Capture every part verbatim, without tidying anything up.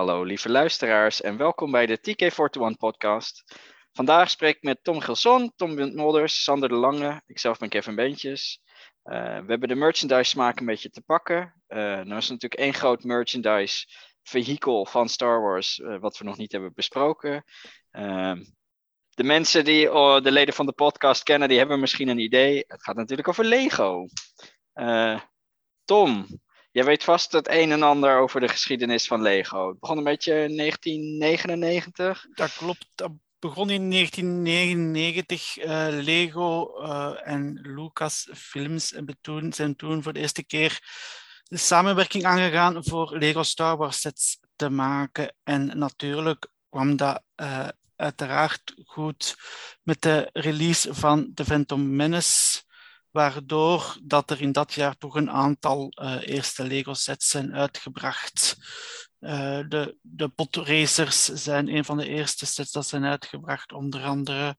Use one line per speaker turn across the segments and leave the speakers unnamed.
Hallo lieve luisteraars en welkom bij de T K eenenveertig podcast. Vandaag spreek ik met Tom Gilson, Tom Windmolders, Sander de Lange, ikzelf ben Kevin Beentjes. Uh, we hebben de merchandise smaak een beetje te pakken. Uh, nou is natuurlijk één groot merchandise vehikel van Star Wars uh, wat we nog niet hebben besproken. Uh, de mensen die oh, de leden van de podcast kennen, die hebben misschien een idee. Het gaat natuurlijk over Lego. Uh, Tom, jij weet vast het een en ander over de geschiedenis van Lego. Het begon een beetje in negentien negenennegentig.
Dat klopt, dat begon in negentien negenennegentig. Uh, Lego uh, en Lucasfilms hebben toen, zijn toen voor de eerste keer de samenwerking aangegaan voor Lego Star Wars sets te maken. En natuurlijk kwam dat uh, uiteraard goed met de release van The Phantom Menace, waardoor dat er in dat jaar toch een aantal uh, eerste Lego-sets zijn uitgebracht. Uh, de, de podracers zijn een van de eerste sets dat zijn uitgebracht, onder andere.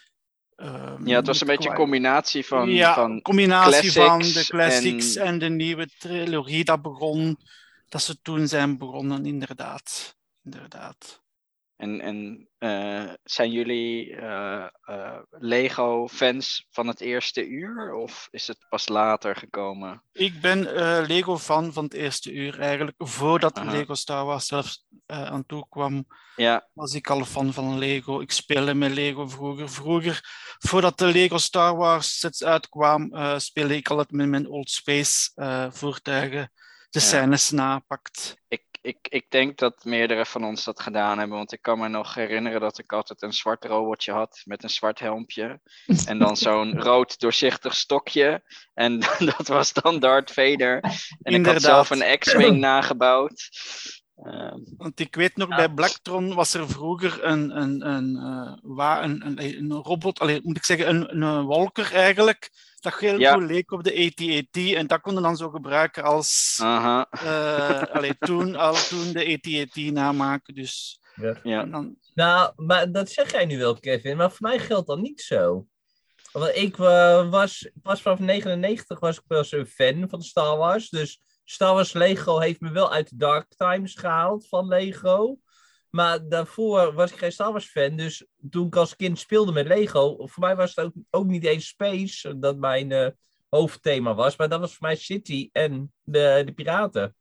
Um, ja, het was een beetje een combinatie van,
ja,
van
combinatie van de
classics
en... en de nieuwe trilogie dat begon, dat ze toen zijn begonnen, inderdaad. inderdaad.
En, en uh, zijn jullie uh, uh, Lego-fans van het eerste uur of is het pas later gekomen?
Ik ben uh, Lego-fan van het eerste uur eigenlijk. Voordat
Aha.
Lego Star Wars zelf uh, aan toe kwam,
ja.
was ik al fan van Lego. Ik speelde met Lego vroeger. Vroeger, voordat de Lego Star Wars sets uitkwam, uh, speelde ik altijd met mijn Old Space uh, voertuigen de ja. scènes napakt.
Ik Ik, ik denk dat meerdere van ons dat gedaan hebben, want ik kan me nog herinneren dat ik altijd een zwart robotje had met een zwart helmpje en dan zo'n rood doorzichtig stokje en dat was dan Darth Vader en Inderdaad. Ik had zelf een X-Wing nagebouwd.
Uh, want ik weet nog, ja. bij Blacktron was er vroeger een, een, een, uh, een, een, een robot, allee, moet ik zeggen, een, een wolker eigenlijk, dat heel ja. goed leek op de A T A T en dat konden dan zo gebruiken als uh-huh. uh, allee, toen, al toen de A T A T namaken. Dus,
ja.
Ja.
Dan... Nou, maar dat zeg jij nu wel, Kevin, maar voor mij geldt dat niet zo. Want ik uh, was, pas vanaf negenennegentig was ik wel zo'n fan van Star Wars, dus Star Wars Lego heeft me wel uit de dark times gehaald van Lego. Maar daarvoor was ik geen Star Wars fan. Dus toen ik als kind speelde met Lego, voor mij was het ook, ook niet eens Space dat mijn uh, hoofdthema was. Maar dat was voor mij City en de, de piraten.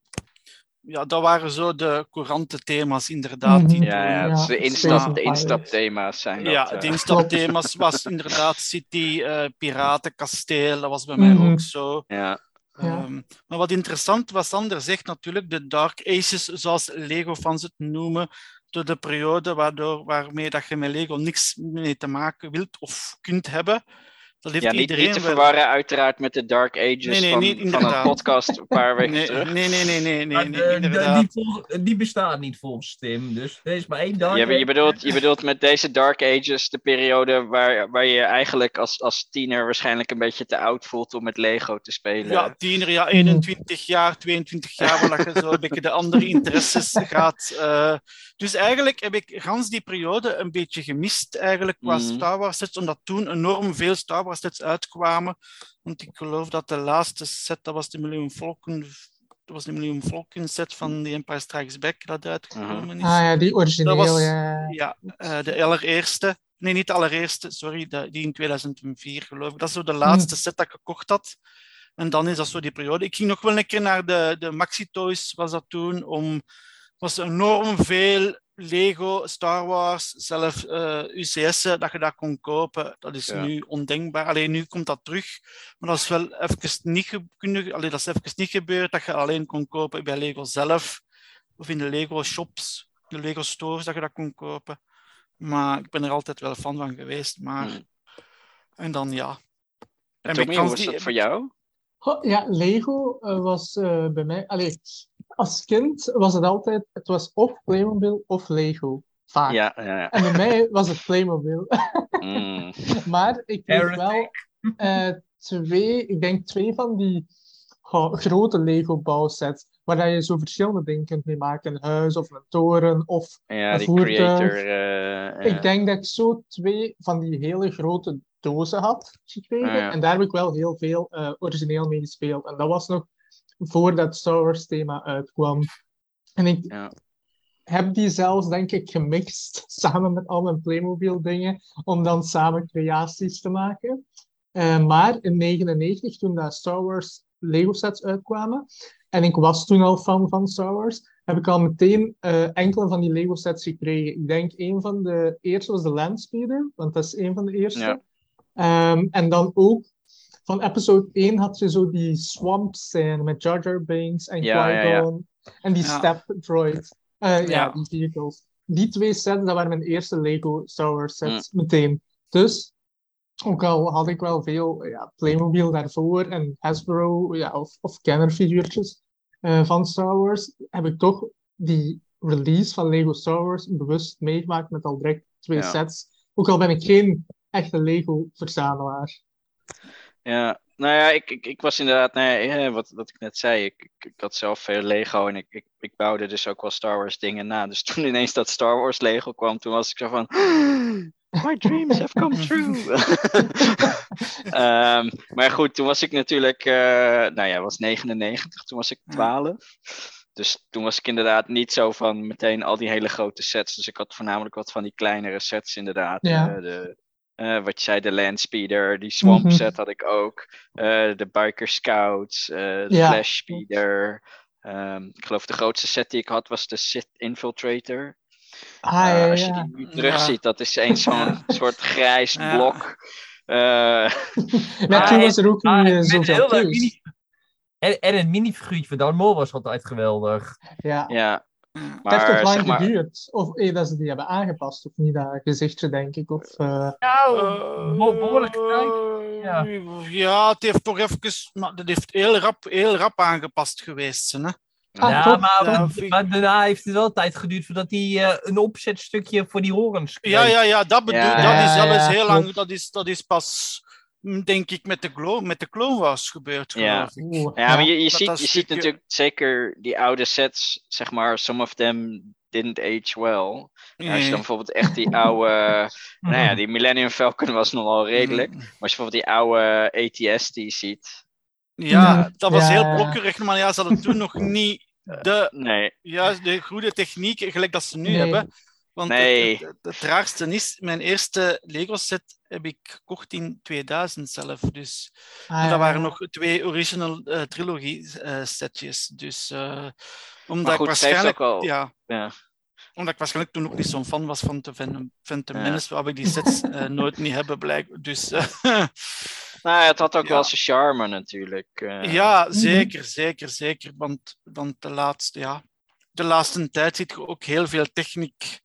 Ja, dat waren zo de courante thema's inderdaad.
Mm-hmm. Die ja, ja, ja. De, instap, de instapthema's zijn dat.
Ja, de instapthema's was inderdaad City, uh, piraten, kasteel. Dat was bij mij mm-hmm. ook zo.
Ja.
Ja. Um, maar wat interessant was, Sander zegt natuurlijk, de Dark Ages, zoals Lego-fans het noemen, door de periode waardoor, waarmee dat je met Lego niks mee te maken wilt of kunt hebben. Dat heeft
ja, niet,
iedereen
niet te
wel...
verwarren uiteraard met de Dark Ages nee, nee, van, van een podcast een paar weken
nee,
terug.
Nee, nee, nee, nee, nee, nee
uh, inderdaad. Die, vol, die bestaat niet volgens Tim, dus er is maar één Dark
ja,
Age.
Je bedoelt, je bedoelt met deze Dark Ages de periode waar, waar je eigenlijk als, als tiener waarschijnlijk een beetje te oud voelt om met Lego te spelen.
Ja, tiener, ja, eenentwintig jaar, tweeëntwintig jaar, waar je zo een beetje de andere interesses gaat. Uh, dus eigenlijk heb ik gans die periode een beetje gemist eigenlijk qua mm. Star Wars sets, omdat toen enorm veel Star Wars sets uitkwamen. Want ik geloof dat de laatste set, dat was de Millennium Falcon, dat was de Millennium Falcon set van The Empire Strikes Back dat uitgekomen is.
Ah ja, die origineel,
dat was,
ja.
Ja, uh, de allereerste. Nee, niet de allereerste, sorry, de, die in tweeduizend vier geloof ik. Dat is zo de laatste mm. set dat ik gekocht had. En dan is dat zo die periode. Ik ging nog wel een keer naar de, de Maxi Toys, was dat toen, om... was enorm veel Lego, Star Wars, zelf uh, U C S'en, dat je dat kon kopen. Dat is ja. nu ondenkbaar. Alleen nu komt dat terug. Maar dat is wel even niet, ge- Allee, dat is even niet gebeurd, dat je alleen kon kopen bij Lego zelf. Of in de Lego shops, de Lego stores, dat je dat kon kopen. Maar ik ben er altijd wel fan van geweest. Maar... Mm. En dan ja.
En Tommy, hoe was die... dat voor jou?
Oh, ja, Lego uh, was uh, bij mij... Allee, als kind was het altijd... Het was of Playmobil of Lego. Vaak.
Ja, ja, ja.
En bij mij was het Playmobil.
mm.
Maar ik weet wel uh, twee... Ik denk twee van die oh, grote Lego bouwsets. Waar je zo verschillende dingen kunt mee maken. Een huis of een toren of
ja,
een
die
voertuig.
Creator, uh,
ik
ja.
denk dat ik zo twee van die hele grote dozen had gekregen.
Ah, ja.
En daar heb ik wel heel veel uh, origineel mee gespeeld. En dat was nog voordat het Star Wars thema uitkwam. En ik,
ja.
heb die zelfs, denk ik, gemixt samen met al mijn Playmobil dingen, om dan samen creaties te maken. Uh, maar in negenennegentig, toen de Star Wars Lego sets uitkwamen, en ik was toen al fan van Star Wars, heb ik al meteen uh, enkele van die Lego sets gekregen. Ik denk een van de eerste was de Landspeeder, want dat is een van de eerste. Ja. Um, en dan ook van episode één had je zo die swamp scène met Jar Jar Binks en ja, Qui-Gon ja, ja. en die ja. step droid. Uh, ja. ja, die vehicles. Die twee sets, dat waren mijn eerste Lego Star Wars sets mm. meteen. Dus, ook al had ik wel veel ja, Playmobil daarvoor en Hasbro ja, of, of kennerfiguurtjes uh, van Star Wars, heb ik toch die release van Lego Star Wars bewust meegemaakt met al direct twee ja. sets. Ook al ben ik geen echte Lego-verzamelaar.
Ja, nou ja, ik, ik, ik was inderdaad, nou ja, wat, wat ik net zei, ik, ik, ik had zelf veel Lego en ik, ik, ik bouwde dus ook wel Star Wars dingen na. Dus toen ineens dat Star Wars Lego kwam, toen was ik zo van, my dreams have come true. um, maar goed, toen was ik natuurlijk, uh, nou ja, was negenennegentig, toen was ik twaalf. Dus toen was ik inderdaad niet zo van meteen al die hele grote sets. Dus ik had voornamelijk wat van die kleinere sets inderdaad.
Ja.
Uh, de, uh, wat je zei, de Landspeeder, die Swamp mm-hmm. set had ik ook. Uh, de Biker Scouts, uh, de ja. Flash Speeder. Um, ik geloof de grootste set die ik had was de Sith Infiltrator.
Ah, uh, ja,
als je
ja.
die nu terugziet, dat is eens zo'n soort grijs
Ja.
blok. Uh,
maar toen was er ook niet uh, zoveel keus.
En, en een minifiguurtje van Darth Maul was altijd geweldig.
Ja.
ja.
Maar, het heeft toch lang
zeg maar...
geduurd? Of eh, dat ze die hebben aangepast, of niet? Dat gezichtje, denk ik. Of, uh...
Nou, uh, behoorlijk uh,
ja. ja, het heeft toch even... Maar dat heeft heel rap, heel rap aangepast geweest. Hè?
Ah, ja, maar, ja, maar, maar daarna heeft het wel tijd geduurd voordat hij uh, een opzetstukje voor die horens kreeg.
Ja, ja, ja, dat bedoel ja, dat is zelfs
ja,
heel
klopt.
lang... Dat is, dat is pas... denk ik, met de, Glo- met de Clone Wars gebeurd,
ja.
geloof ik.
Ja, maar je, je, ziet, je
stukje...
ziet natuurlijk zeker die oude sets, zeg maar, some of them didn't age well. Nee. Als je dan bijvoorbeeld echt die oude, nou ja, die Millennium Falcon was nogal redelijk, maar als je bijvoorbeeld die oude A T S T ziet.
Ja, dat was ja. heel blokkerig, maar ja, ze hadden toen nog niet de,
nee.
ja, de goede techniek, gelijk dat ze nu
nee.
hebben. Want
nee.
het, het, het, het raarste is, mijn eerste Lego set heb ik gekocht in tweeduizend zelf. Dus ah, dat waren nog twee original uh, trilogie uh, setjes. Dus uh, omdat
goed,
ik waarschijnlijk...
al...
ja,
ja.
Omdat ik waarschijnlijk toen ook niet zo'n fan was van de Phantom, Phantom ja. Menace, waar ik die sets uh, nooit niet hebben blijkbaar. Dus... Uh,
nou ja, het had ook ja. wel zijn charme natuurlijk. Uh...
Ja, zeker, zeker, zeker. Want, want de laatste, ja... De laatste tijd zit je ook heel veel techniek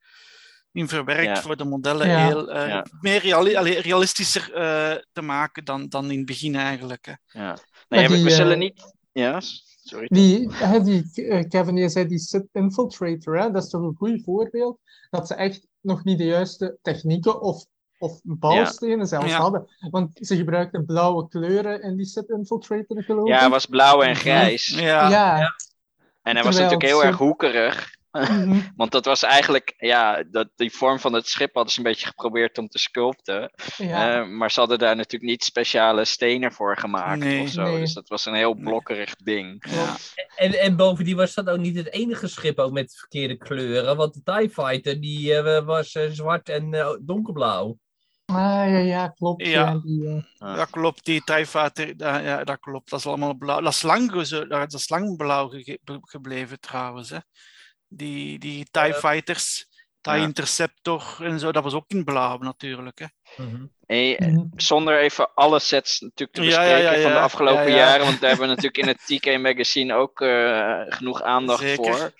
in verwerkt ja. voor de modellen ja. heel, uh, ja. meer reali- realistischer uh, te maken dan, dan in het begin eigenlijk. Hè.
Ja. Nee, die, we zullen uh, niet... Ja, sorry.
Die, die, uh, Kevin, je zei die Sith Infiltrator, hè? Dat is toch een goed voorbeeld dat ze echt nog niet de juiste technieken of, of bouwstenen ja. zelfs ja. hadden. Want ze gebruikten blauwe kleuren in die Sith Infiltrator, geloof ik.
Ja, het was blauw en grijs.
Ja.
ja. ja.
En hij was natuurlijk heel erg hoekerig. Mm-hmm. Want dat was eigenlijk, ja, dat, die vorm van het schip hadden ze een beetje geprobeerd om te sculpten. Ja. Uh, maar ze hadden daar natuurlijk niet speciale stenen voor gemaakt nee, of zo. Nee. Dus dat was een heel blokkerig ding.
Ja. En, en bovendien was dat ook niet het enige schip ook met verkeerde kleuren. Want de TIE Fighter die uh, was uh, zwart en uh, donkerblauw.
Ah, ja, ja, klopt.
Ja,
ja, die, uh...
ja klopt. Die TIE Fighter, uh, ja, dat klopt. Dat is allemaal blauw. Dat is lang, dat is lang blauw ge- gebleven trouwens, hè. Die, die TIE Fighters, TIE ja. Interceptor en zo, dat was ook in blauw natuurlijk. Hè.
Mm-hmm. Hey, zonder even alle sets natuurlijk te bespreken ja, ja, ja, ja. van de afgelopen ja, ja. jaren, want daar hebben we natuurlijk in het T K Magazine ook uh, genoeg aandacht Zeker. voor.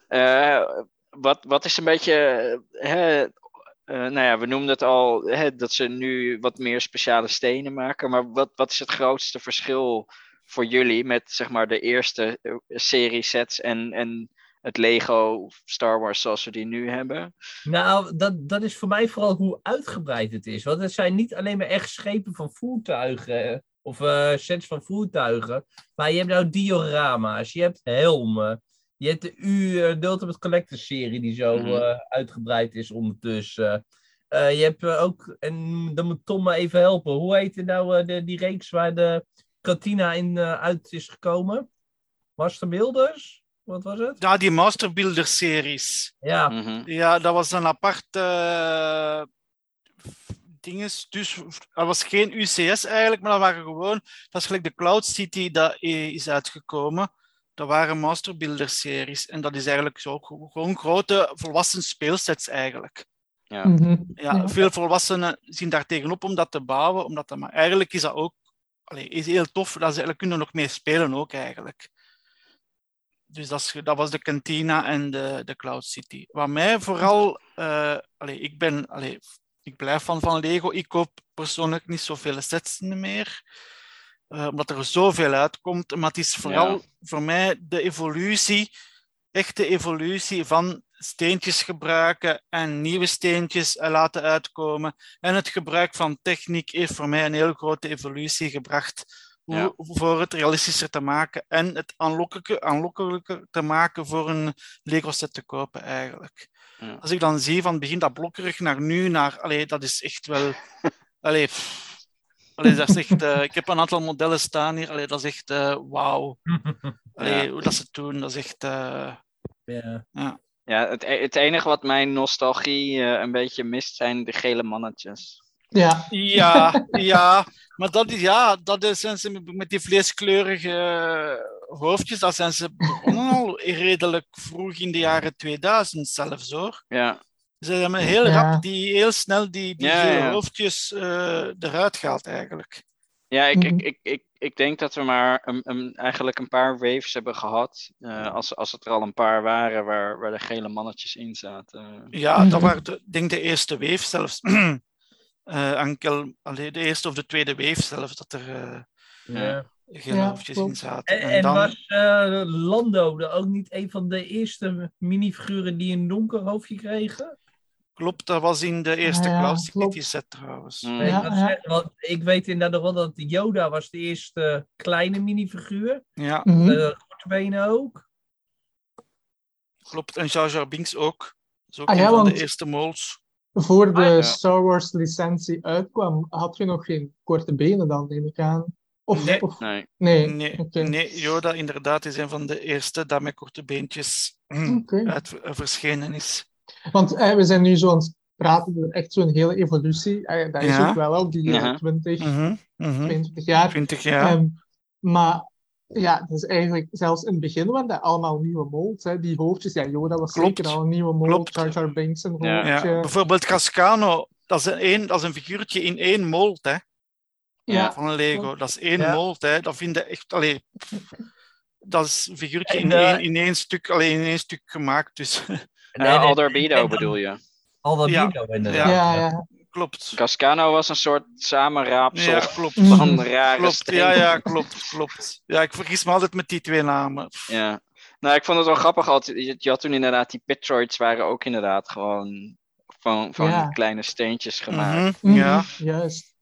Uh, wat, wat is een beetje... Uh, uh, nou ja, we noemden het al, hè, dat ze nu wat meer speciale stenen maken, maar wat, wat is het grootste verschil voor jullie met zeg maar de eerste serie sets en... en het Lego Star Wars zoals we die nu hebben?
Nou, dat, dat is voor mij vooral hoe uitgebreid het is. Want het zijn niet alleen maar echt schepen van voertuigen of uh, sets van voertuigen. Maar je hebt nou diorama's, je hebt helmen. Je hebt de U uh, The Ultimate Collector serie die zo mm-hmm. uh, uitgebreid is ondertussen. Uh, je hebt uh, ook, en dan moet Tom me even helpen. Hoe heet het nou uh, de, die reeks waar de Cantina in uh, uit is gekomen? Master Builders? Wat was het?
Ja, die Master Builder series.
Ja.
Mhm.
Ja, dat was een apart uh, dinges. Dus dat was geen U C S eigenlijk, maar dat waren gewoon, dat is gelijk de Cloud City dat is uitgekomen. Dat waren Master Builder series. En dat is eigenlijk zo gewoon grote volwassen speelsets eigenlijk.
Ja.
Mhm.
Ja,
Ja.
veel volwassenen zien daar tegenop om dat te bouwen, omdat dat, maar eigenlijk is dat ook allee, is heel tof, dat ze eigenlijk kunnen nog mee spelen ook eigenlijk. Dus dat, is, dat was de Cantina en de, de Cloud City. Wat mij vooral, uh, allee, ik ben, allee, ik blijf van van Lego, ik koop persoonlijk niet zoveel sets meer, uh, omdat er zoveel uitkomt, maar het is vooral ja. voor mij de evolutie, echte evolutie van steentjes gebruiken en nieuwe steentjes laten uitkomen. En het gebruik van techniek heeft voor mij een heel grote evolutie gebracht ja. voor het realistischer te maken en het aanlokkelijker, aanlokkelijker te maken voor een Lego set te kopen eigenlijk. Ja. Als ik dan zie van begin dat blokkerig naar nu, naar, allee, dat is echt wel... allee, pff, allee, dat is echt, uh, ik heb een aantal modellen staan hier, allee, dat is echt uh, wauw. Allee, ja. Hoe dat ze het doen, dat is echt... Uh,
ja.
ja.
Ja, het, het enige wat mijn nostalgie uh, een beetje mist zijn de gele mannetjes.
Ja.
Ja, ja, maar dat is, ja, dat is, zijn ze met die vleeskleurige uh, hoofdjes, dat zijn ze begonnen al redelijk vroeg in de jaren tweeduizend zelfs hoor.
Ja.
Ze hebben heel
ja.
rap, die, heel snel die, die
ja, ja.
hoofdjes uh, eruit gehaald eigenlijk.
Ja, ik, ik, ik, ik, ik denk dat we maar een, een, eigenlijk een paar waves hebben gehad. Uh, als, als het er al een paar waren waar, waar de gele mannetjes in zaten.
Ja, dat waren de, denk de eerste wave zelfs. uh, Ankel, allee, de eerste of de tweede wave zelfs, dat er uh,
ja.
gele
ja,
hoofdjes
klopt.
in zaten.
En,
En,
en
dan...
was uh, Lando er ook niet een van de eerste minifiguren die een donker hoofdje kregen?
Klopt, dat was in de eerste
ja,
Cloud City
klopt.
set trouwens.
Mm.
Nee,
Ja,
dat
ja.
zeg, want ik weet inderdaad wel dat Yoda was de eerste kleine minifiguur.
Ja,
Mhm.
De korte benen ook.
klopt. En Jar Jar Binks ook. Dat is ook
Ah,
een
ja,
van
want-
de eerste molds.
Voor de
Ah,
ja.
Star Wars licentie uitkwam, had je nog geen korte benen dan, neem ik aan. Of,
Nee.
of,
Nee.
nee.
Nee,
Oké.
nee, Yoda inderdaad is een van de eerste dat met korte beentjes
Oké.
uit uh, verschenen is.
Want eh, we zijn nu zo aan het praten over echt zo'n hele evolutie. Eh, dat is
Ja.
ook wel al die
Ja.
uh, twintig,
Mm-hmm, mm-hmm.
tweeëntwintig jaar.
twintig jaar.
Ehm, maar ja, dat is eigenlijk zelfs in het begin waren dat allemaal nieuwe molds. Hè. Die hoofdjes, ja, Yoda was
Klopt.
zeker al een nieuwe mold.
Klopt.
Jar Jar Binks een
Ja.
hoofdje.
Ja, bijvoorbeeld Cascano, dat is, een, een, dat is een figuurtje in één mold hè,
Ja.
van Lego. Dat is één
Ja.
mold. Hè. Dat vind ik echt... Allee, dat is een figuurtje
En,
in,
uh,
één, in, één stuk, allee, in één stuk gemaakt. Dus
Nee,
Ja,
nee,
Aldarbido
nee,
bedoel je.
Aldarbido inderdaad.
Ja, ja.
klopt.
Cascano was een soort samenraapsel
Ja, klopt.
van rare
Klopt,
stenen.
ja, ja, klopt, klopt. Ja, ik vergis me altijd met die twee namen.
Ja. Nou, ik vond het wel grappig altijd. Je, je had toen inderdaad die Pitroids waren ook inderdaad gewoon van, van
Ja.
kleine steentjes gemaakt.
Mhm,
Mhm,
ja.
Juist.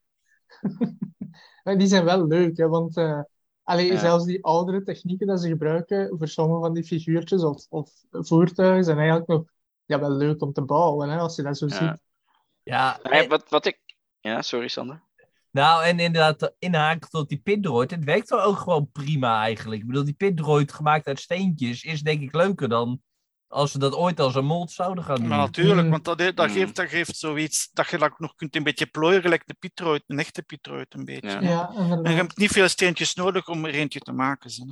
Maar die zijn wel leuk, hè, want eh, allee,
Ja.
zelfs die oudere technieken dat ze gebruiken voor sommige van die figuurtjes of, of voertuigen zijn eigenlijk nog ja, wel leuk om te bouwen, hè, als je dat zo
Ja.
ziet.
Ja,
Nou ja,
en-
wat, wat ik... Ja, sorry Sander.
nou en inderdaad inhaken tot die pitdroid. Het werkt wel ook gewoon prima eigenlijk. Ik bedoel, die pitdroid gemaakt uit steentjes is denk ik leuker dan als ze dat ooit als een mold zouden gaan doen.
Maar natuurlijk,
Mm.
want dat, dat,
Mm.
geeft, dat geeft zoiets dat je dat nog kunt een beetje plooien, gelijk de Pitroid, een echte Pitroid een beetje.
Ja.
Ja,
En je
inderdaad.
hebt niet veel steentjes nodig om er eentje te maken. Zo.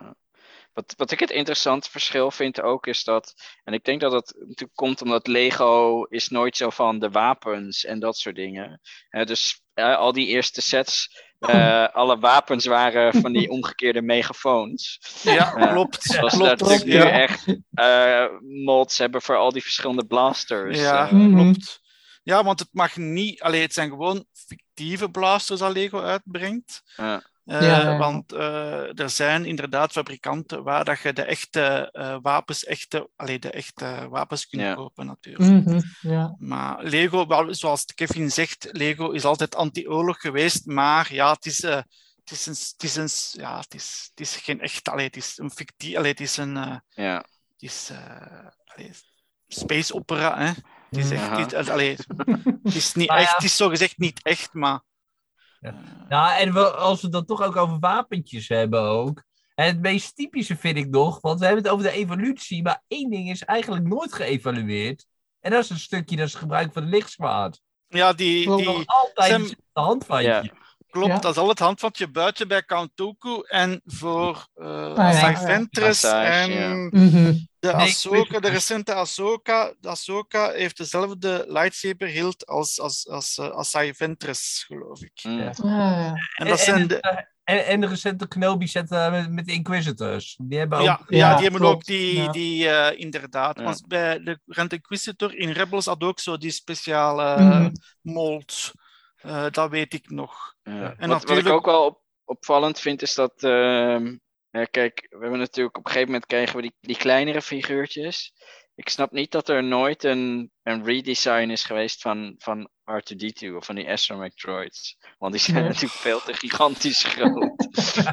Wat, wat ik het interessante verschil vind ook is dat... En ik denk dat het natuurlijk komt omdat Lego is nooit zo van de wapens en dat soort dingen. Hè, dus eh, al die eerste sets... eh, alle wapens waren van die omgekeerde megafoons.
Ja,
Ja.
klopt.
Zoals we
klopt.
natuurlijk nu
Ja,
echt eh, mods hebben voor al die verschillende blasters.
ja
Eh,
Mhm.
klopt. Ja, want het mag niet... Allee, het zijn gewoon fictieve blasters dat Lego uitbrengt.
ja.
Uh,
Ja, ja.
Want uh, er zijn inderdaad fabrikanten waar dat je de echte uh, wapens, echte, allee, de echte wapens kunt
Ja.
kopen natuurlijk.
Mhm, ja.
Maar Lego, wel, zoals Kevin zegt, Lego is altijd anti-oorlog geweest, maar ja, het is, uh, het is, een, het is, een, ja, het is, het is geen echt, allee, het is een fictief, allee, het is een, uh,
Ja.
het is, uh, allee, space opera, hè. Het is echt,
Aha.
het, allee, het is niet
Maar ja.
echt, het is zogezegd niet echt, maar...
Nou, en we, als we het dan toch ook over wapentjes hebben ook. En het meest typische vind ik nog, want we hebben het over de evolutie, maar één ding is eigenlijk nooit geëvalueerd. En dat is een stukje, dat is het gebruik van de lichtzwaard.
Ja, die...
Nog
die
altijd
Sam-
hetzelfde handvatje.
Ja.
klopt,
Ja.
dat is al het handvatje buiten bij Count Dooku. En voor uh,
ja,
Asajj
ja.
Ventress
Asajj,
en
ja.
Mhm.
de
Nee,
Ahsoka,
ik weet
de
het.
recente Ahsoka. De Ahsoka heeft dezelfde lightsaber hield als, als, als uh, Asajj Ventress, geloof ik.
Mm.
Ja.
Ah, ja.
En
En,
dat zijn
en,
de...
eh, en, en de recente Kenobi zet uh, met, met de Inquisitors. Die hebben ook...
Ja, ja,
Ja,
die hebben
klopt.
ook die,
Ja.
die uh, inderdaad.
Ja.
Want bij de Grand Inquisitor in Rebels had ook zo die speciale
Mhm.
mold. Uh, dat weet ik nog.
Ja.
En
wat, wat
natuurlijk-
ik ook wel op, opvallend vind is dat, ehm, ja, kijk, we hebben natuurlijk op een gegeven moment kregen we die, die kleinere figuurtjes. Ik snap niet dat er nooit een, een redesign is geweest van, van R two D two of van die astromech droids. Want die zijn
Nee.
natuurlijk veel te gigantisch groot.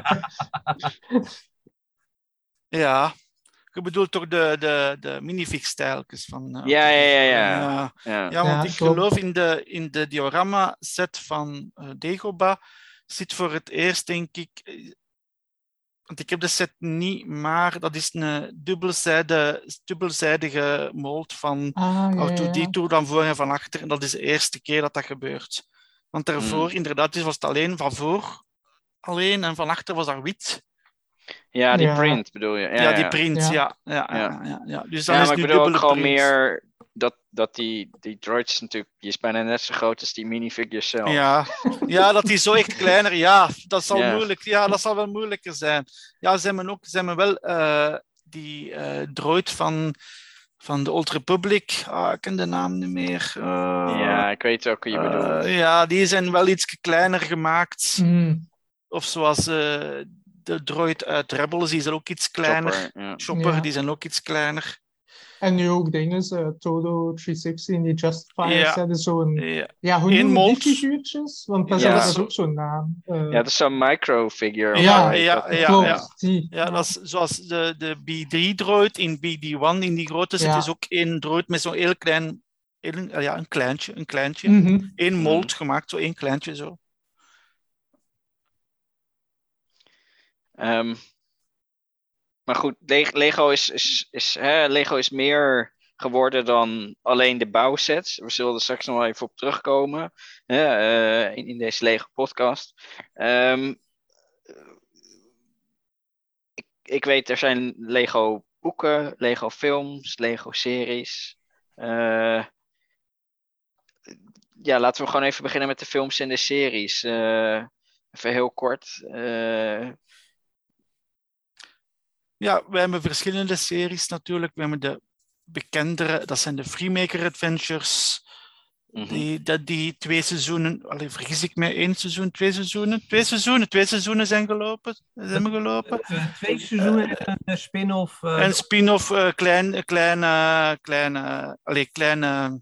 Ja, je bedoelt toch de, de, de minifix-stijltjes van... uh,
Ja, ja, ja, ja.
ja.
Ja.
Ja, want
Ja,
ik
klopt.
geloof in de, in de diorama-set van uh, Dagobah zit voor het eerst, denk ik... eh, Want ik heb de set niet, maar dat is een dubbelzijde, dubbelzijdige mold van
Ah, ja,
R two
ja.
D two dan voor en van achter. En dat is de eerste keer dat dat gebeurt. Want daarvoor,
Hmm.
inderdaad, was het alleen van voor alleen en van achter was dat wit.
Ja, die
Ja.
print bedoel je. Ja,
Ja, die
ja.
print,
Ja.
ja. ja, ja,
Ja.
ja, ja. Dus dan
Ja,
is
maar
het
ik
nu
bedoel ook
dubbele
gewoon
print.
meer dat, dat die, die droids natuurlijk, die is bijna net zo groot als die minifigures zelf.
Ja. ja, dat die zo echt kleiner, ja, dat zal
Ja.
moeilijk, ja, dat zal wel moeilijker zijn. Ja, ze hebben ook, ze hebben wel uh, die uh, droid van, van de Old Republic, ah, ik ken de naam niet meer. Uh,
Ja, ik weet ook wat je bedoelt.
uh, ja, die zijn wel iets kleiner gemaakt.
Mhm.
Of zoals uh, de droid uit Rebels, die zijn ook iets kleiner.
Chopper, ja.
Chopper,
Ja.
die zijn ook iets kleiner.
En nu ook dingen, uh, Todo driehonderdzestig in die Justifiers
Ja.
hebben zo'n...
Ja,
Ja, hoe
Eén
noemen die
mond.
figuurtjes? Want dat,
Ja.
is, dat is ook zo'n naam. Uh,
Ja, dat is zo'n microfigure.
Ja,
of zo heet
ja,
dat.
ja.
klopt, die.
ja, dat is zoals de, de B drie droid in B D one, in die grote zit
Ja.
is ook één droid met zo'n heel klein, heel, ja, een kleintje, een kleintje.
Mhm.
Eén mold gemaakt, zo één kleintje zo.
Um, maar goed, Le- Lego is, is, is, hè, Lego is meer geworden dan alleen de bouwsets. We zullen er straks nog wel even op terugkomen hè, uh, in, in deze Lego podcast. Um, ik, ik weet, er zijn Lego boeken, Lego films, Lego series. Uh, ja, laten we gewoon even beginnen met de films en de series. Uh, even heel kort. Uh,
Ja, we hebben verschillende series natuurlijk. We hebben de bekendere, dat zijn de Freemaker Adventures. Mm-hmm. Die, dat die twee seizoenen, allee, vergis ik mij, één seizoen, twee seizoenen? Twee seizoenen, twee seizoenen zijn gelopen. Zijn we gelopen.
Uh, twee seizoenen uh, en een spin-off. Uh,
een spin-off, uh, klein, kleine, kleine, allee, kleine...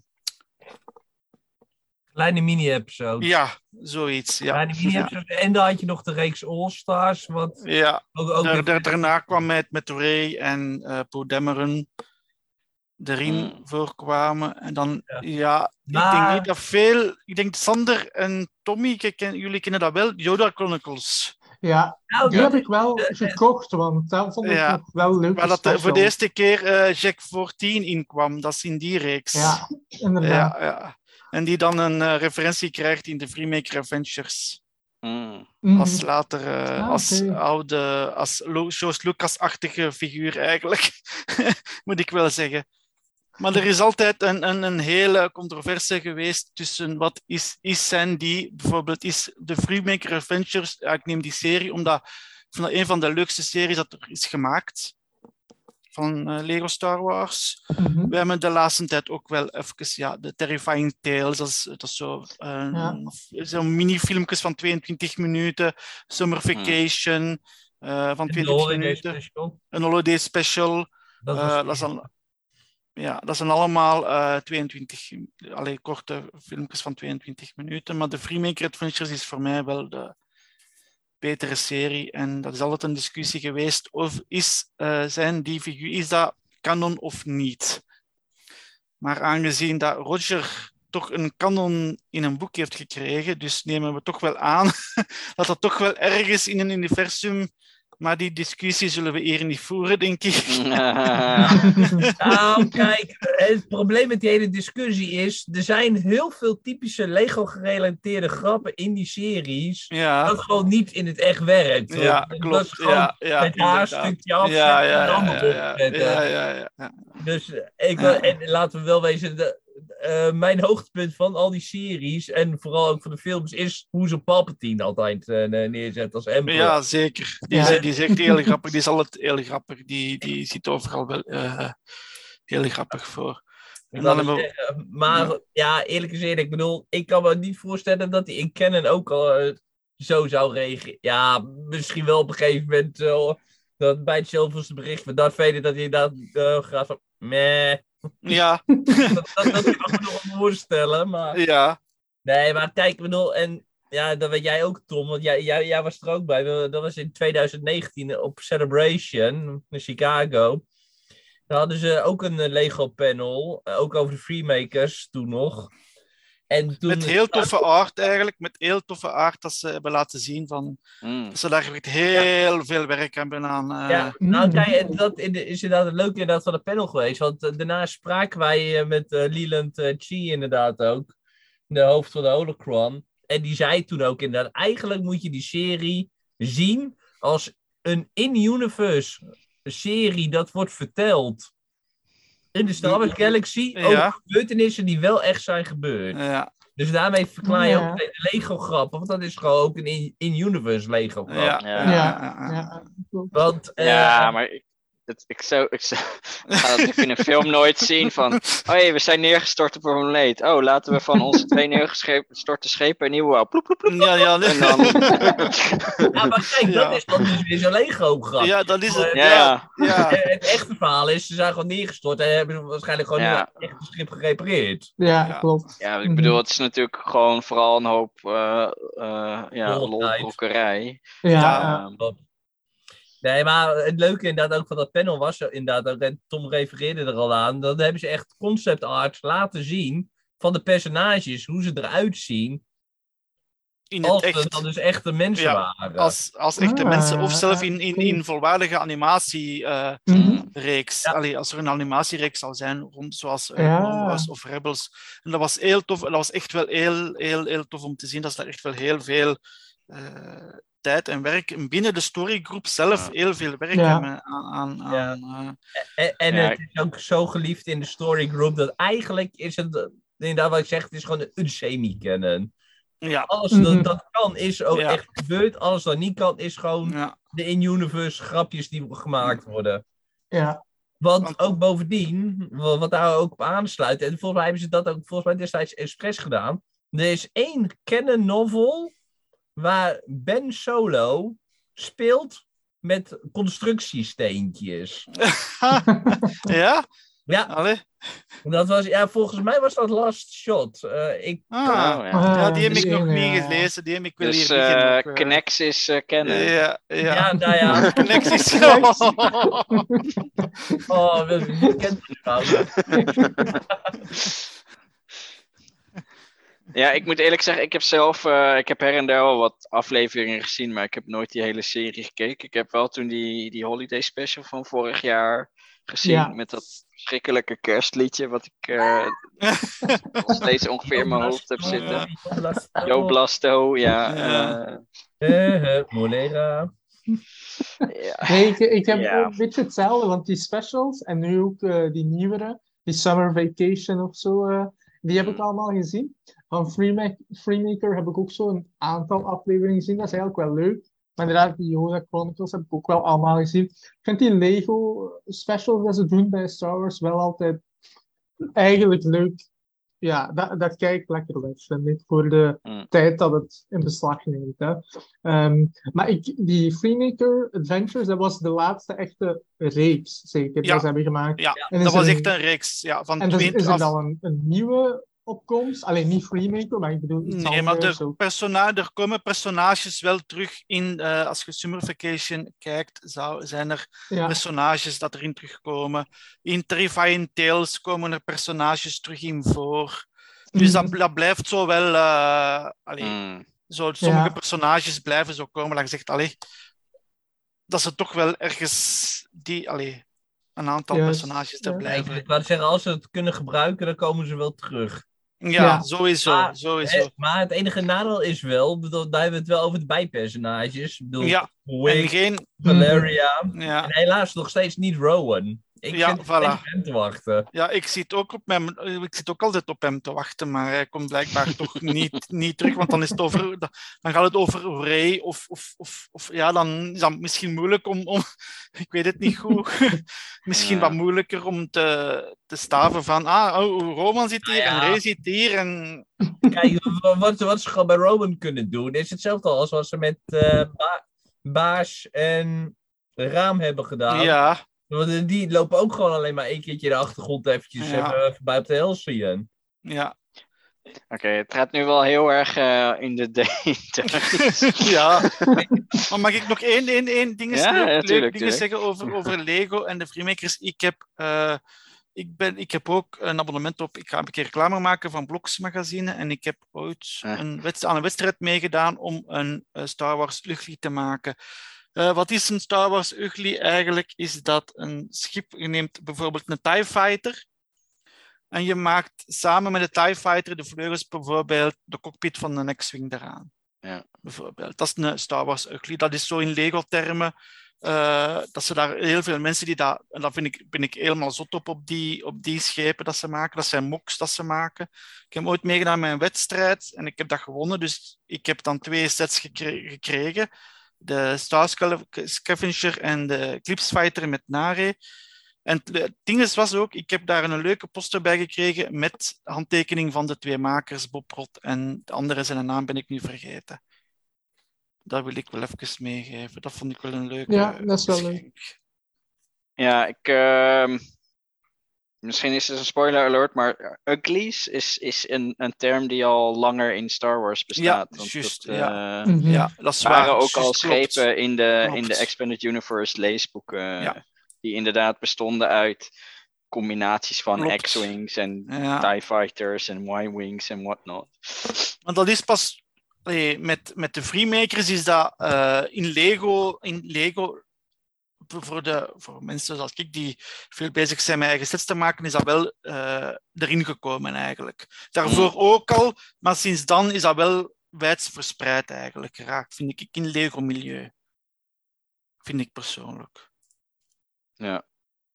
Kleine mini-episodes.
Ja, zoiets. Ja.
Kleine mini-episodes. Ja. En dan had je nog de reeks All-Stars. Wat
ja,
ook, ook
daar, daar, daarna kwam met, met Ray en uh, Poe Dameron erin mm. voorkwamen. En dan, ja, ja maar... ik denk niet dat veel... Ik denk Sander en Tommy, ken, jullie kennen dat wel, Yoda Chronicles.
Ja, nou, die heb ik wel gekocht, want dat vond ik
ja,
nog wel leuk.
Maar dat er voor de eerste keer uh, Jack fourteen inkwam, dat is in die reeks.
Ja, inderdaad.
Ja, ja. En die dan een uh, referentie krijgt in de Freemaker Adventures.
Mm.
Als later, uh, ah, als okay. oude, als George Lucas-achtige figuur eigenlijk, moet ik wel zeggen. Maar er is altijd een, een, een hele controverse geweest tussen wat is, is zijn die, bijvoorbeeld is de Freemaker Adventures, ja, ik neem die serie, omdat ik vind dat een van de leukste series dat er is gemaakt. Van uh, Lego Star Wars. Mm-hmm. We hebben de laatste tijd ook wel even ja, de Terrifying Tales. Dat is, dat is zo, uh, ja. zo'n mini-filmpjes van tweeëntwintig minuten. Summer Vacation mm. uh, van tweeëntwintig minuten. Special. Een holiday special. Dat, uh, dat, is al, ja, dat zijn allemaal uh, tweeëntwintig allee, korte filmpjes van tweeëntwintig minuten. Maar de Freemaker Adventures is voor mij wel de betere serie en dat is altijd een discussie geweest of is, uh, zijn die figuur, is dat canon of niet. Maar aangezien dat Roger toch een canon in een boek heeft gekregen, dus nemen we toch wel aan dat dat toch wel ergens in een universum Maar die discussie zullen we hier niet voeren, denk ik.
Nou, kijk, het probleem met die hele discussie is, er zijn heel veel typische Lego-gerelateerde grappen in die series,
Ja,
dat gewoon niet in het echt werkt.
ja
Dat is
klopt.
gewoon
Ja, ja,
met haar
inderdaad.
stukje afzetten
Ja, ja,
en
ja,
dan
ja, ja,
opzetten.
ja, ja, ja, ja.
Dus eh, ik,
Ja.
en laten we wel wezen, de, eh, mijn hoogtepunt van al die series, en vooral ook van de films, is hoe ze Palpatine altijd eh, neerzet als emperor.
Ja, zeker. Die,
Ja.
is, die is echt heel grappig. Die is altijd heel grappig. Die, die ziet overal wel uh, heel grappig voor.
Ik
En
wou
dan
net
hebben we-
zeggen, maar ja. ja, eerlijk gezegd, ik bedoel, ik kan me niet voorstellen dat hij in Canon ook al eh, zo zou reageren. Ja, misschien wel op een gegeven moment uh, dat bij het zoveelste bericht met Darth Vader dat hij dat uh, gaat van, meh.
Ja,
dat, dat, dat kan ik me nog wel voorstellen, maar...
ja.
Nee, maar kijk, ik bedoel, en ja, dat weet jij ook, Tom, want jij, jij, jij was er ook bij. Dat was in twintig negentien op Celebration in Chicago. Daar hadden ze ook een uh, Lego-panel, uh, ook over de Freemakers toen nog. En toen,
Met heel toffe art eigenlijk. Met heel toffe art dat ze hebben laten zien van...
Mm.
Dat ze daar echt heel veel werk hebben aan... Uh,
Ja, nou kijk, en dat is inderdaad het leuke inderdaad van de panel geweest. Want uh, daarna spraken wij uh, met uh, Leland uh, Chi inderdaad ook. De hoofd van de Holocron. En die zei toen ook inderdaad, eigenlijk moet je die serie zien als een in-universe serie dat wordt verteld. In de Star Wars Galaxy
Ja.
over gebeurtenissen die wel echt zijn gebeurd.
ja,
Dus daarmee verklaar je
Ja.
ook de Lego-grappen. Want dat is gewoon ook een in- in-universe Lego-grap.
ja,
Ja.
ja,
Ja,
ja.
ja, klopt.
Want, uh,
Ja, maar ik, het, ik, zou, ik, zou, ik ga dat natuurlijk in een film nooit zien van... Oh jee, we zijn neergestort op een planeet. Oh, laten we van onze twee neergestorte schepen een nieuwe bouwen. Ploep, ploep, ploep.
Ja, ja, nee.
En dan...
ja, maar kijk,
Ja.
dat is dan dus weer zo'n Lego-grap.
ja, dat is het.
Ja,
Ja,
ja.
ja.
En het echte verhaal is, ze zijn gewoon neergestort en hebben ze waarschijnlijk gewoon
Ja.
niet echt het schip gerepareerd.
Ja,
Ja.
klopt.
Ja, ik
Mhm.
bedoel, het is natuurlijk gewoon vooral een hoop uh, uh, ja,
Lolligheid.
lolbrokkerij.
Ja,
Ja.
ja.
Ehm,
Nee, maar het leuke inderdaad ook van dat panel was er inderdaad ook, en Tom refereerde er al aan, dan hebben ze echt concept art laten zien van de personages, hoe ze eruit zien,
In het
als er
echt.
dan dus echte mensen
Ja,
waren.
Als, als echte
Ah,
mensen, of zelf in, in,
cool.
in volwaardige animatiereeks.
Mhm.
Ja.
Allee, als er een animatiereeks zal zijn, rond, zoals uh,
Ja.
Clone Wars of Rebels. En dat was heel tof. Dat was echt wel heel, heel, heel tof om te zien dat ze daar echt wel heel veel uh, tijd en werk en binnen de storygroep zelf
Ja.
heel veel werk
Ja.
hebben aan. aan,
Ja.
aan
En, en
Ja,
het is ook zo geliefd in de storygroep dat eigenlijk is het, uh, inderdaad wat ik zeg, het is gewoon een semi-canon.
uh, ja,
Alles
Mhm.
dat, dat kan is ook
Ja.
echt gebeurd, alles dat niet kan is gewoon
ja,
de in-universe grapjes die gemaakt worden.
Ja.
Want
Want-
ook bovendien, wa- wat daar ook op aansluit, en volgens mij hebben ze dat ook volgens mij destijds expres gedaan. Er is één canon novel waar Ben Solo speelt met constructiesteentjes.
ja?
Ja,
Allee.
dat was, ja, volgens mij was dat Last Shot. Eh, ik,
Ah,
oh, ja.
ja, die heb
die
ik nog
ene,
niet
ja.
gelezen. Die heb ik wel
Dus
hier liggen.
uh,
ook, uh,
Connects is uh, kennen.
Ja, ja.
ja, nou ja.
Connecties.
Oh, wie kent het trouwens?
Ja, ik moet eerlijk zeggen, ik heb zelf, uh, ik heb her en der wel wat afleveringen gezien, maar ik heb nooit die hele serie gekeken. Ik heb wel toen die, die holiday special van vorig jaar gezien,
Ja.
met dat verschrikkelijke kerstliedje, wat ik uh, nog steeds ongeveer in mijn hoofd heb zitten. Yo Blasto, ja.
Ja.
Uh,
Eh, eh, Molera.
ja.
Nee, ik, ik heb
Ja.
een beetje hetzelfde, want die specials en nu ook uh, die nieuwere, die Summer Vacation of zo, uh, die heb ik allemaal gezien. Van Freemaker, Freemaker heb ik ook zo een aantal afleveringen gezien, dat is eigenlijk wel leuk. Maar inderdaad, die Yoda Chronicles heb ik ook wel allemaal gezien. Ik vind die Lego specials dat ze doen bij Star Wars wel altijd eigenlijk leuk. Ja, dat, dat kijkt lekker weg, vind ik, voor de
Mm.
tijd dat het in beslag neemt. Hè. Um, maar ik, die Freemaker Adventures, dat was de laatste echte reeks, zeker,
Ja.
dat ze hebben gemaakt.
Ja,
En is
dat was
er
echt
een-
een reeks. Ja, van
En dus
twintig
is er
af-
dan een, een nieuwe opkomst? Alleen niet Freemaker, maar ik bedoel iets
Nee, maar
anders.
er,
ook.
persona- er komen personages wel terug in. Uh, als je Summer Vacation kijkt, zou, zijn er
Ja.
personages dat erin terugkomen. In Terrifying Tales komen er personages terug in voor. Dus
Mhm.
dat, dat blijft zo wel. Uh, allee,
Mm.
zo, sommige
Ja.
personages blijven zo komen. Dat je zegt, allee, dat ze toch wel ergens die, allee, een aantal
Juist,
personages er
ja.
blijven.
Ik wou zeggen, als ze het kunnen gebruiken, dan komen ze wel terug.
Ja,
Ja.
sowieso.
Maar,
sowieso.
Hè, maar het enige nadeel is wel, bedoel, daar hebben we het wel over de bijpersonages. Ik bedoel,
Ja, en
Wick,
geen...
Valeria.
Ja,
En helaas nog steeds niet Rowan. Ik
Ja,
zit er
voilà.
steeds op hem te wachten.
ja ik, zit ook op hem, ik zit ook altijd op hem te wachten, maar hij komt blijkbaar toch niet, niet terug, want dan, is het over, dan gaat het over Ray, of, of, of, of ja, dan is dat misschien moeilijk om, om ik weet het niet goed, misschien
Ja.
wat moeilijker om te, te staven van, ah, oh, Roman zit hier
Ah, ja.
en Ray zit hier en...
Kijk, wat, wat ze gewoon bij Rowan kunnen doen, is hetzelfde als wat ze met uh, ba- Baas en Raam hebben gedaan.
Ja,
Want die lopen ook gewoon alleen maar één keertje in de achtergrond eventjes
Ja.
even voorbij op de Halcyon.
ja,
Oké, het gaat nu wel heel erg uh, in de details.
ja. Maar mag ik nog één, één, één ding,
Ja,
leuk,
ja,
leuk
tuurlijk,
dingen
tuurlijk.
zeggen over, over Lego en de Freemakers? Ik heb, uh, ik, ben, ik heb ook een abonnement op, ik ga een keer reclame maken van Bloks Magazine en ik heb ooit
Ja.
een wedst- aan een wedstrijd meegedaan om een uh, Star Wars Ugly te maken. Uh, wat is een Star Wars Ugly eigenlijk? Is dat een schip, je neemt bijvoorbeeld een TIE Fighter en je maakt samen met de TIE Fighter de vleugels bijvoorbeeld de cockpit van een X-Wing eraan.
Ja.
Bijvoorbeeld. Dat is een Star Wars Ugly. Dat is zo in Lego-termen. Uh, dat ze daar heel veel mensen die dat... En daar vind ik, ben ik helemaal zot op, op die, op die schepen dat ze maken. Dat zijn mocks dat ze maken. Ik heb ooit meegedaan met een wedstrijd en ik heb dat gewonnen. Dus ik heb dan twee sets gekre- gekregen. De Star Scavenger en de Eclipse Fighter met Nare. En het ding is, was ook, ik heb daar een leuke poster bij gekregen met handtekening van de twee makers, Bob Rot en de andere zijn naam ben ik nu vergeten. Dat wil ik wel even meegeven. Dat vond ik wel een leuke
Ja, dat is wel
geschenk.
leuk.
Ja, ik... Uh, misschien is het een spoiler alert, maar uglies is, is een, een term die al langer in Star Wars bestaat.
Ja,
Want
juist,
dat,
ja.
uh,
Mhm.
Ja, dat is
waren
waar.
ook
Juist,
al
klopt.
schepen in de, in
Klopt.
de Expanded Universe leesboeken.
Ja.
Die inderdaad bestonden uit combinaties van
Klopt.
X-Wings en
Ja.
TIE Fighters en Y-Wings en whatnot.
Want dat is pas... Allee, met, met de Freemakers is dat uh, in Lego... In Lego voor, de, voor mensen zoals ik die veel bezig zijn met eigen sets te maken, is dat wel uh, erin gekomen eigenlijk. Daarvoor
Mm.
ook al, maar sinds dan is dat wel wijd verspreid eigenlijk geraakt, vind ik, in Lego-milieu. Vind ik persoonlijk.
Ja.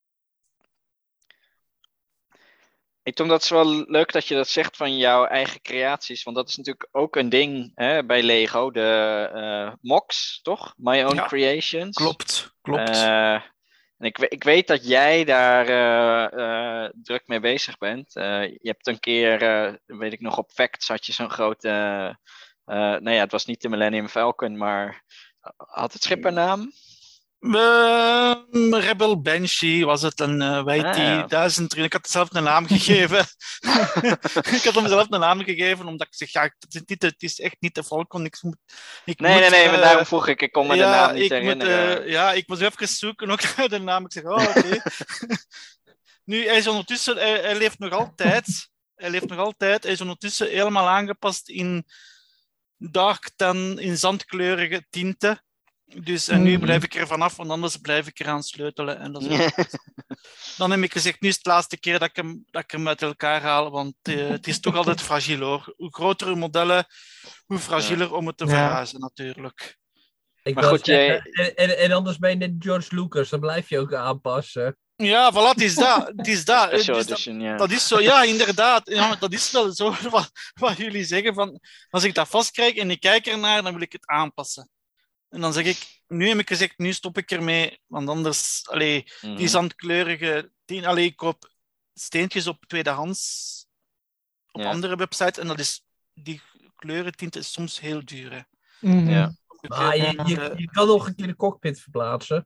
Ik Tom, dat is wel leuk dat je dat zegt van jouw eigen creaties, want dat is natuurlijk ook een ding hè, bij Lego, de uh, mocks, toch? My Own
Ja,
Creations.
Klopt, klopt.
Uh, en ik, ik weet dat jij daar uh, uh, druk mee bezig bent. Uh, je hebt een keer, uh, weet ik nog, op Facts had je zo'n grote... Uh, uh, nou ja, het was niet de Millennium Falcon, maar had het schip een naam?
Uh, Rebel Banshee was het, een uh, Y T
ah, ja.
duizend. Ik had zelf een naam gegeven. Ik had hem zelf een naam gegeven, omdat ik zeg, ja, het is, niet, het is echt niet de Falcon. Ik moet, ik
nee,
moet,
nee, nee,
uh,
maar daarom vroeg ik, ik kon me
ja,
de naam niet
ik
herinneren.
Moet, uh, ja, ik moest even zoeken, ook naar de naam. Ik zeg, oh, oké. Okay. Nu, hij is ondertussen, hij, hij leeft nog altijd. Hij leeft nog altijd. Hij is ondertussen helemaal aangepast in dark tan, in zandkleurige tinten. Dus en nu blijf ik er vanaf, want anders blijf ik eraan sleutelen. En dat is ook... Dan heb ik gezegd, nu is het de laatste keer dat ik hem, dat ik hem uit elkaar haal, want uh, het is toch altijd fragiel hoor. Hoe grotere modellen, hoe fragieler ja. om het te ja. verhuizen natuurlijk.
Ik maar goed, zeggen, jij... en, en, en anders ben je net George Lucas, dan blijf je ook aanpassen.
Ja, voilà, het is dat. Het is dat. Het is dat,
ja.
dat is zo, ja, inderdaad. Ja, dat is wel zo wat, wat jullie zeggen. Van, als ik dat vastkrijg en ik kijk ernaar, dan wil ik het aanpassen. En dan zeg ik, nu heb ik gezegd, nu stop ik ermee, want anders, allee, mm-hmm. die zandkleurige, die, allee, ik koop steentjes op tweedehands, op ja. andere websites, en dat is, die kleurentint is soms heel duur. Hè.
Mm-hmm. Ja.
Maar je, je, je kan nog een keer de cockpit verplaatsen.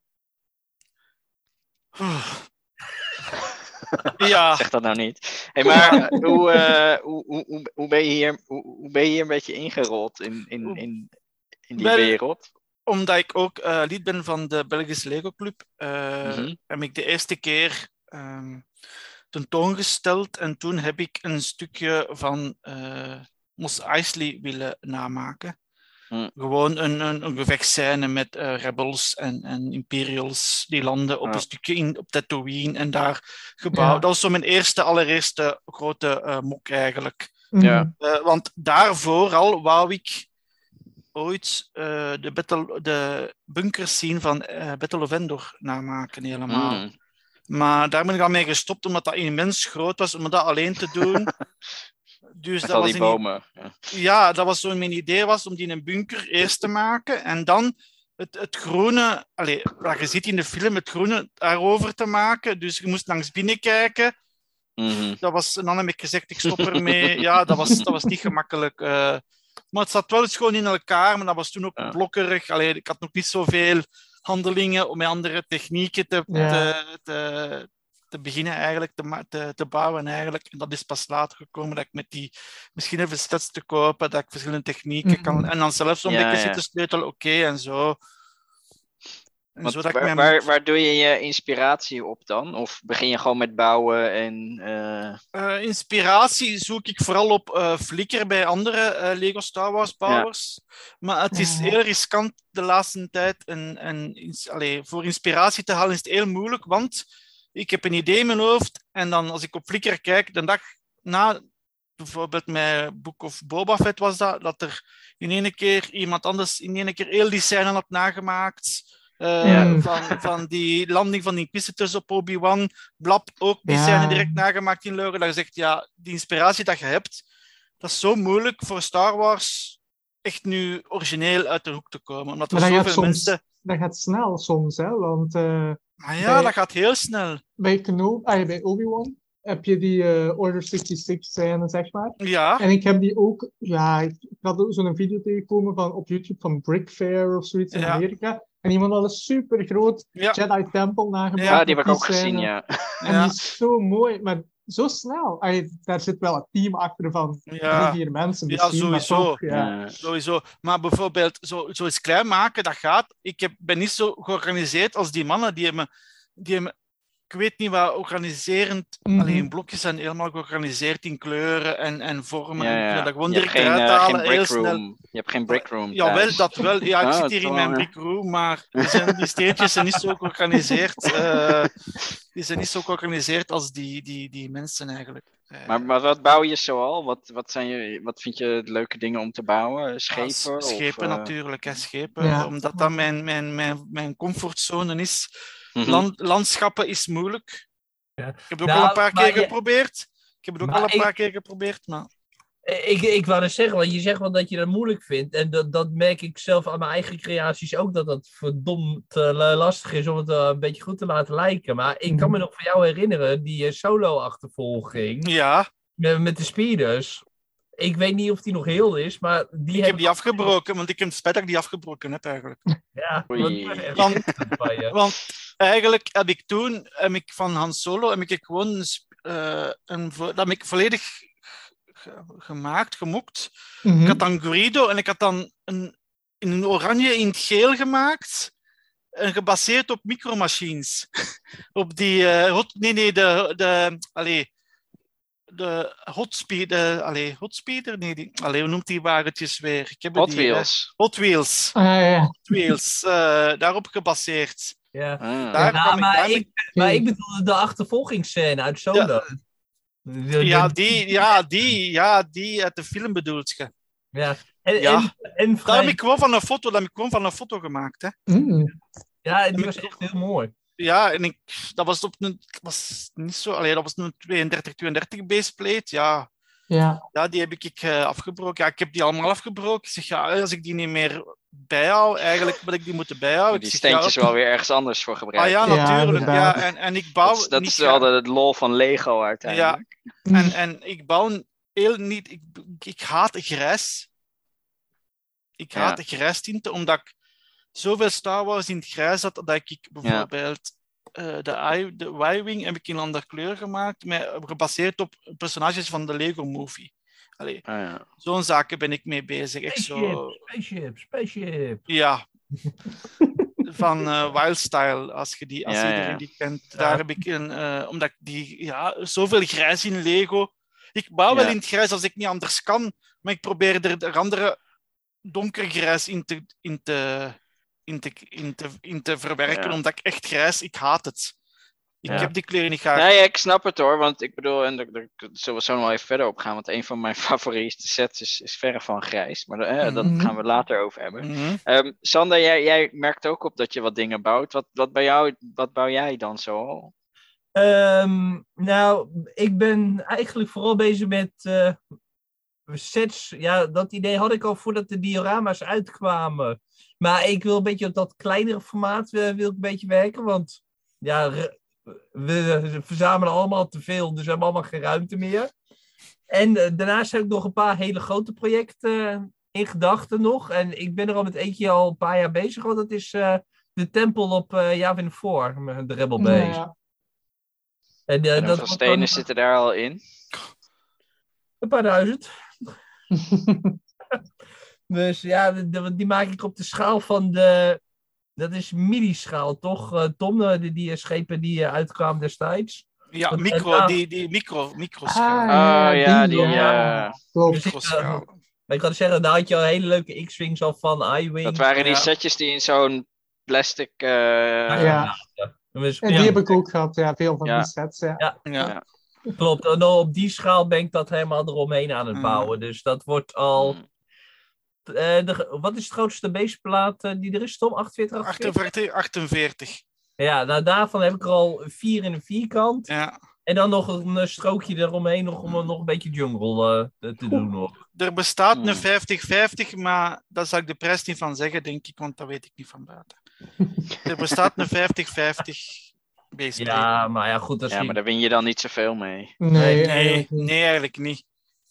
Ja.
Zeg dat nou niet. Hey, maar hoe, uh, hoe, hoe, hoe, ben je hier, hoe, hoe ben je hier een beetje ingerold in, in, in, in die Wel, wereld?
Omdat ik ook uh, lid ben van de Belgische Lego Club, uh, mm-hmm. heb ik de eerste keer um, tentoongesteld en toen heb ik een stukje van uh, Mos Eisley willen namaken.
Hm.
Gewoon een, een, een gevechtscène met uh, rebels en, en Imperials die landen op
Ja.
een stukje in, op Tatooine en daar gebouwd.
Ja.
Dat was zo mijn eerste, allereerste grote uh, mok eigenlijk.
Ja.
Uh, want daarvoor al wou ik ooit uh, de, battle, de bunkers zien van uh, Battle of Endor namaken helemaal.
Mm.
Maar daar ben ik al mee gestopt, omdat dat immens groot was, om dat alleen te doen. Dus
Met
dat
al
was
die
een,
bomen. Ja.
ja, dat was zo mijn idee, was om die in een bunker eerst te maken en dan het, het groene, allez, wat je ziet in de film, het groene daarover te maken. Dus je moest langs binnen kijken.
Mm-hmm.
Dat was, en dan heb ik gezegd, ik stop ermee. Ja, dat was, dat was niet gemakkelijk. Uh, maar het zat wel eens gewoon in elkaar, maar dat was toen ook
Ja.
blokkerig. Allee, ik had nog niet zoveel handelingen om met andere technieken te,
Ja.
te, te, te beginnen eigenlijk, te, te, te bouwen eigenlijk. En dat is pas later gekomen dat ik met die misschien even stats te kopen, dat ik verschillende technieken kan...
Mhm.
En dan zelf zo'n
Ja,
beetje
ja.
zitten sleutelen, oké, okay, en zo. En
Want
zo dat ik
waar,
mijn-
waar, waar doe je je inspiratie op dan? Of begin je gewoon met bouwen en... eh,
Uh, inspiratie zoek ik vooral op uh, Flickr bij andere uh, Lego Star Wars bouwers. Maar het is
Ja.
heel riskant de laatste tijd. En, en ins- allee, voor inspiratie te halen is het heel moeilijk, want ik heb een idee in mijn hoofd en dan als ik op Flickr kijk, de dag na, bijvoorbeeld met Book of Boba Fett was dat, dat er in één keer iemand anders in één keer heel die scène had nagemaakt. Uh,
Ja.
van, van die landing van die Inquisitors op Obi-Wan, Blab ook die
Ja.
scène direct nagemaakt in Leugen. Dat je zegt, ja, die inspiratie dat je hebt, dat is zo moeilijk voor Star Wars echt nu origineel uit de hoek te komen. Omdat er
Maar dat gaat,
zoveel
soms,
mensen...
dat gaat snel soms, hè? Want uh,
Maar ja,
bij-
dat gaat heel snel.
bij, Kenobi, ah, bij Obi-Wan heb je die uh, Order zesenzestig scène, zeg maar.
Ja,
En ik heb die ook, ja, ik, ik had ook zo'n video tegengekomen van, op YouTube van Brick Fair of zoiets in
Ja.
Amerika. En iemand had een super groot
ja,
Jedi Temple nagemaakt.
Ja, die
met
heb ik ook
scène.
gezien, ja.
En
ja,
die is zo mooi, maar zo snel. Allee, daar zit wel een team achter van
ja,
drie, vier mensen
Ja,
misschien, maar
sowieso.
toch, ja.
Ja.
sowieso. Maar bijvoorbeeld, zo, zo iets klein maken, dat gaat. Ik heb, ben niet zo georganiseerd als die mannen. Die hebben, die hebben ik weet niet wat organiserend...
Mhm.
Alleen blokjes zijn helemaal georganiseerd in kleuren en, en vormen.
Ja,
en
ja.
kunnen dat gewoon
Je hebt
direct
geen,
eruit
eh,
halen,
geen
heel
brick
snel.
room. Je hebt geen brick room.
Jawel,
thuis.
dat wel. Ja, ik
Ah,
zit hier
dat
in
wel,
mijn
ja.
brick room, maar die, zijn, die steentjes zijn niet zo georganiseerd. eh, die zijn niet zo georganiseerd als die, die, die mensen eigenlijk. Eh,
Maar, maar wat bouw je zoal? Wat, wat, zijn je, wat vind je leuke dingen om te bouwen? Schepen?
ja, s- schepen
of, uh...
natuurlijk, hè, schepen.
Ja.
Omdat dat mijn, mijn, mijn, mijn comfortzone is.
mm-hmm.
Land, landschappen is moeilijk.
Ja.
Ik heb het ook
Nou,
al een paar
maar
keer
je-
geprobeerd. Ik heb het ook
Maar
al een
ik-
paar keer geprobeerd, maar...
Ik, ik wou dus zeggen, want je zegt wel dat je dat moeilijk vindt. En dat, dat merk ik zelf aan mijn eigen creaties ook, dat dat verdomd uh, lastig is om het uh, een beetje goed te laten lijken. Maar ik kan me nog van jou herinneren, die uh, solo-achtervolging
Ja,
met, met de speeders. Ik weet niet of die nog heel is, maar die
ik heb die afgebroken, want ik heb het spijt dat ik die afgebroken heb eigenlijk.
Ja,
Oei.
want die was echt
Want-
schitterend van je.
Want eigenlijk heb ik toen, heb ik van Han Solo, heb ik gewoon een, sp- eh, een, vo- dat heb ik volledig ge- gemaakt, gemokt.
Mhm.
Ik had dan Greedo en ik had dan een, in een oranje in het geel gemaakt. En gebaseerd op micromachines. op die, eh, hot, nee, nee, de, de, allee, de hotspeeder, allee, hotspeeder, nee, die, allee, hoe noemt die wagentjes weer? Ik heb het
Hot
hier, hè.
Wheels.
Hot Wheels.
Ah, ja.
Hot Wheels, eh, daarop gebaseerd.
Ja.
Ah.
Daar
Ja,
kwam ik-
maar,
daar ben
ik, maar ik bedoelde de achtervolgingsscène uit Solo. De- de-
Ja, die, ja, die, ja, die uit de film bedoelt je.
ja. En,
Ja.
en, en
Daar
vrij-
heb ik gewoon van een foto, daar heb ik gewoon van een foto gemaakt. Hè.
Mm.
ja, die was echt heel mooi.
Ja, en ik, dat was op een, dat was niet zo, allee, dat was een tweeëndertig tweeëndertig baseplate. Ja,
Ja.
ja, die heb ik eh, afgebroken. Ja, ik heb die allemaal afgebroken. Ik zeg, ja, als ik die niet meer bijhoud, eigenlijk moet ik die moeten bijhouden.
Die
Ik zeg,
steentjes
ja,
wel weer ergens anders voor
Ah
gebruiken.
ja,
Ja,
natuurlijk. Ja,
inderdaad.
en, en ik bouw
dat is, dat
niet
is
graag-
altijd het lol van Lego uiteindelijk.
Mm.
En, en ik bouw een heel niet... Ik, ik haat grijs. Ik
Ja.
haat de grijstinten, omdat ik zoveel Star Wars in het grijs had, dat ik bijvoorbeeld eh, de I- de Y-Wing heb ik in een andere kleur gemaakt, met, gebaseerd op personages van de Lego Movie. Allee,
Ah, ja.
zo'n zaken ben ik mee bezig. Echt zo...
Spaceship, spaceship, spaceship.
Ja. Van eh Wildstyle, als je die, als
Ja, ja.
iedereen die kent. Daar heb ik een, eh, omdat ik die, ja, zoveel grijs in Lego. Ik bouw wel
Ja.
in het grijs als ik niet anders kan, maar ik probeer er, er andere donkergrijs in te, in te, in te, in te, in te verwerken,
Ja.
omdat ik echt grijs, ik haat het. Ik
Ja.
heb die kleur niet graag.
Nee, ik snap het hoor, want ik bedoel, en daar daar zullen we zo nog wel even verder op gaan, want een van mijn favoriete sets is, is verre van grijs, maar eh, dat
Mhm.
gaan we later over hebben.
Mhm.
Um, Sander, jij, jij merkt ook op dat je wat dingen bouwt. Wat, wat, bij jou, wat bouw jij dan zo?
Ehm, nou, ik ben eigenlijk vooral bezig met eh, sets. Ja, dat idee had ik al voordat de diorama's uitkwamen. Maar ik wil een beetje op dat kleinere formaat eh, wil ik een beetje werken. Want ja, re- we, we verzamelen allemaal te veel, dus we hebben allemaal geen ruimte meer. En eh, daarnaast heb ik nog een paar hele grote projecten eh, in gedachten nog. En ik ben er al met eentje al een paar jaar bezig. Want dat is eh, de tempel op eh Yavin vier, de Rebel Base.
Nou ja.
En, eh,
En
dat
hoeveel
wordt
stenen
dan
zitten daar al in?
een paar duizend. Dus ja, de- de- die maak ik op de schaal van de... Dat is mini-schaal, toch, eh, Tom? Eh, Die, die schepen die eh, uitkwamen destijds.
Ja,
Dat-
micro,
en, ah,
die, die micro, micro
Ah,
schaal.
ja,
Oh, ja,
die,
die,
ja.
eh,
Klopt.
Dus ik,
Microschaal.
eh, maar ik kan zeggen, daar had je al hele leuke X-Wings al van, I-Wing.
Dat waren die
Ja.
setjes die in zo'n plastic... eh,
Ja.
Dus,
En die
ja,
heb ik ook gehad, ja, veel van
Ja.
die sets. Ja.
Ja.
Ja.
klopt. En dan op die schaal ben ik dat helemaal eromheen aan het
Mm.
bouwen. Dus dat wordt al...
Hmm.
eh, de, wat is het grootste baseplaat eh, die er is, Tom? achtenveertig, achtenveertig?
achtenveertig, achtenveertig.
Ja, nou daarvan heb ik er al vier in een vierkant.
Ja.
En dan nog een eh, strookje eromheen nog, om er nog een beetje jungle eh, te- te doen. Nog.
Er bestaat
Hmm.
een vijftig vijftig, maar daar zal ik de prijs niet van zeggen, denk ik, want dat weet ik niet van buiten. Er bestaat een vijftig vijftig baseplate.
Ja, maar ja, goed. Als
Ja,
je...
maar daar win je dan niet zoveel mee.
Nee,
Nee,
eigenlijk
nee,
niet.
eigenlijk niet.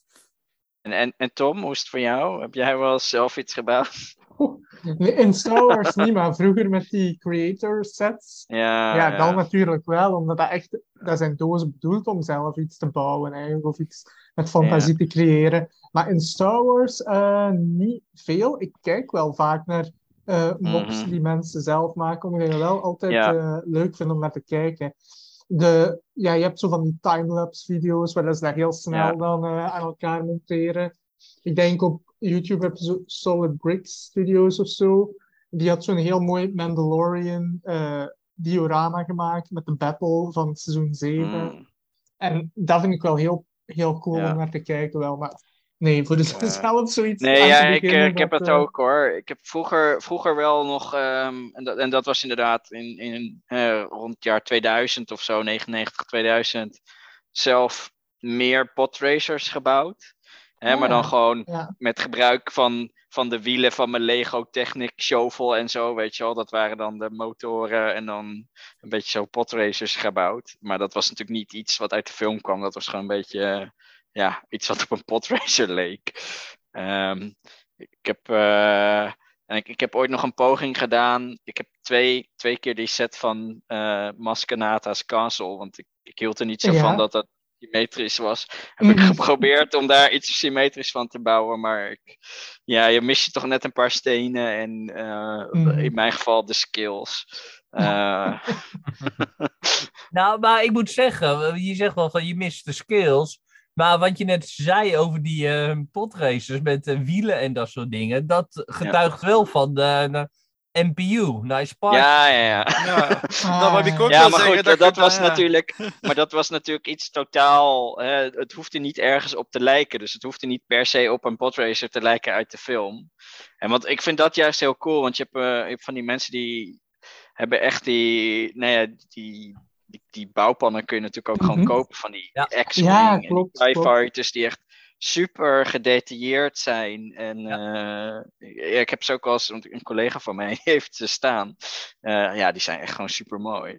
En, en, en Tom, hoe is het voor jou? Heb jij wel zelf iets gebouwd?
Nee, in Star Wars niet, maar vroeger met die creator sets.
Ja,
Ja,
ja.
dan natuurlijk wel, omdat dat echt, dat zijn dozen bedoeld om zelf iets te bouwen eigenlijk, of iets met fantasie te creëren. Maar in Star Wars eh, niet veel. Ik kijk wel vaak naar eh mobs
Mhm.
die mensen zelf maken, omdat ik het wel altijd
Ja.
eh, leuk vind om naar te kijken. De, ja, je hebt zo van die timelapse video's, waar ze dat heel snel
Ja.
dan eh, aan elkaar monteren. Ik denk op YouTube heb je zo Solid Bricks Studios of zo. Die had zo'n heel mooi Mandalorian eh, diorama gemaakt met de battle van seizoen zeven.
Hmm.
En dat vind ik wel heel, heel cool
Ja.
om naar te kijken wel. Maar nee, voor de
Eh,
zelf zoiets
Nee,
aan
ja,
te
ik,
beginnen,
eh, ik heb
dat,
het
eh,
ook hoor. Ik heb vroeger, vroeger wel nog, ehm, en, dat, en dat was inderdaad in, in, eh, rond het jaar tweeduizend of zo, negenennegentig, tweeduizend, zelf meer podracers gebouwd. Hè,
Ah,
maar dan
ja.
gewoon
Ja.
met gebruik van, van de wielen van mijn Lego Technic Shovel en zo, weet je wel. Dat waren dan de motoren en dan een beetje zo podracers gebouwd. Maar dat was natuurlijk niet iets wat uit de film kwam. Dat was gewoon een beetje, eh, ja, iets wat op een podracer leek. Ehm, ik heb, eh, en ik, ik heb ooit nog een poging gedaan. Ik heb twee, twee keer die set van eh Maskanata's Castle, want ik, ik hield er niet zo
Ja.
van dat dat symmetrisch was. Heb ik
Mhm.
geprobeerd om daar iets symmetrisch van te bouwen, maar ik, ja, je mist je toch net een paar stenen en eh,
Mhm.
in mijn geval de skills. Eh,
Nou, maar ik moet zeggen, je zegt wel van je mist de skills. Maar wat je net zei over die eh podracers met eh, wielen en dat soort dingen, dat getuigt wel van de, de N P U, Nice Park.
ja, ja, ja.
Ja,
Ah,
dat wou ik ook
Ja,
wel
maar
zeggen.
goed,
dat
dat,
je
was
dan, ja.
natuurlijk, maar dat was natuurlijk iets totaal. Hè, het hoefde niet ergens op te lijken. Dus het hoefde niet per se op een podracer te lijken uit de film. En want ik vind dat juist heel cool, want je hebt, eh, je hebt van die mensen die hebben echt die. Nou ja, die, die, die bouwpannen kun je natuurlijk ook
Mhm.
gewoon kopen van die
Ja.
X-Wing
Ja,
en die
klopt,
TIE
klopt.
Fighters die echt super gedetailleerd zijn. En eh, ja, ik heb ze ook wel eens, want een collega van mij heeft ze staan. Eh, ja, die zijn echt gewoon super mooi.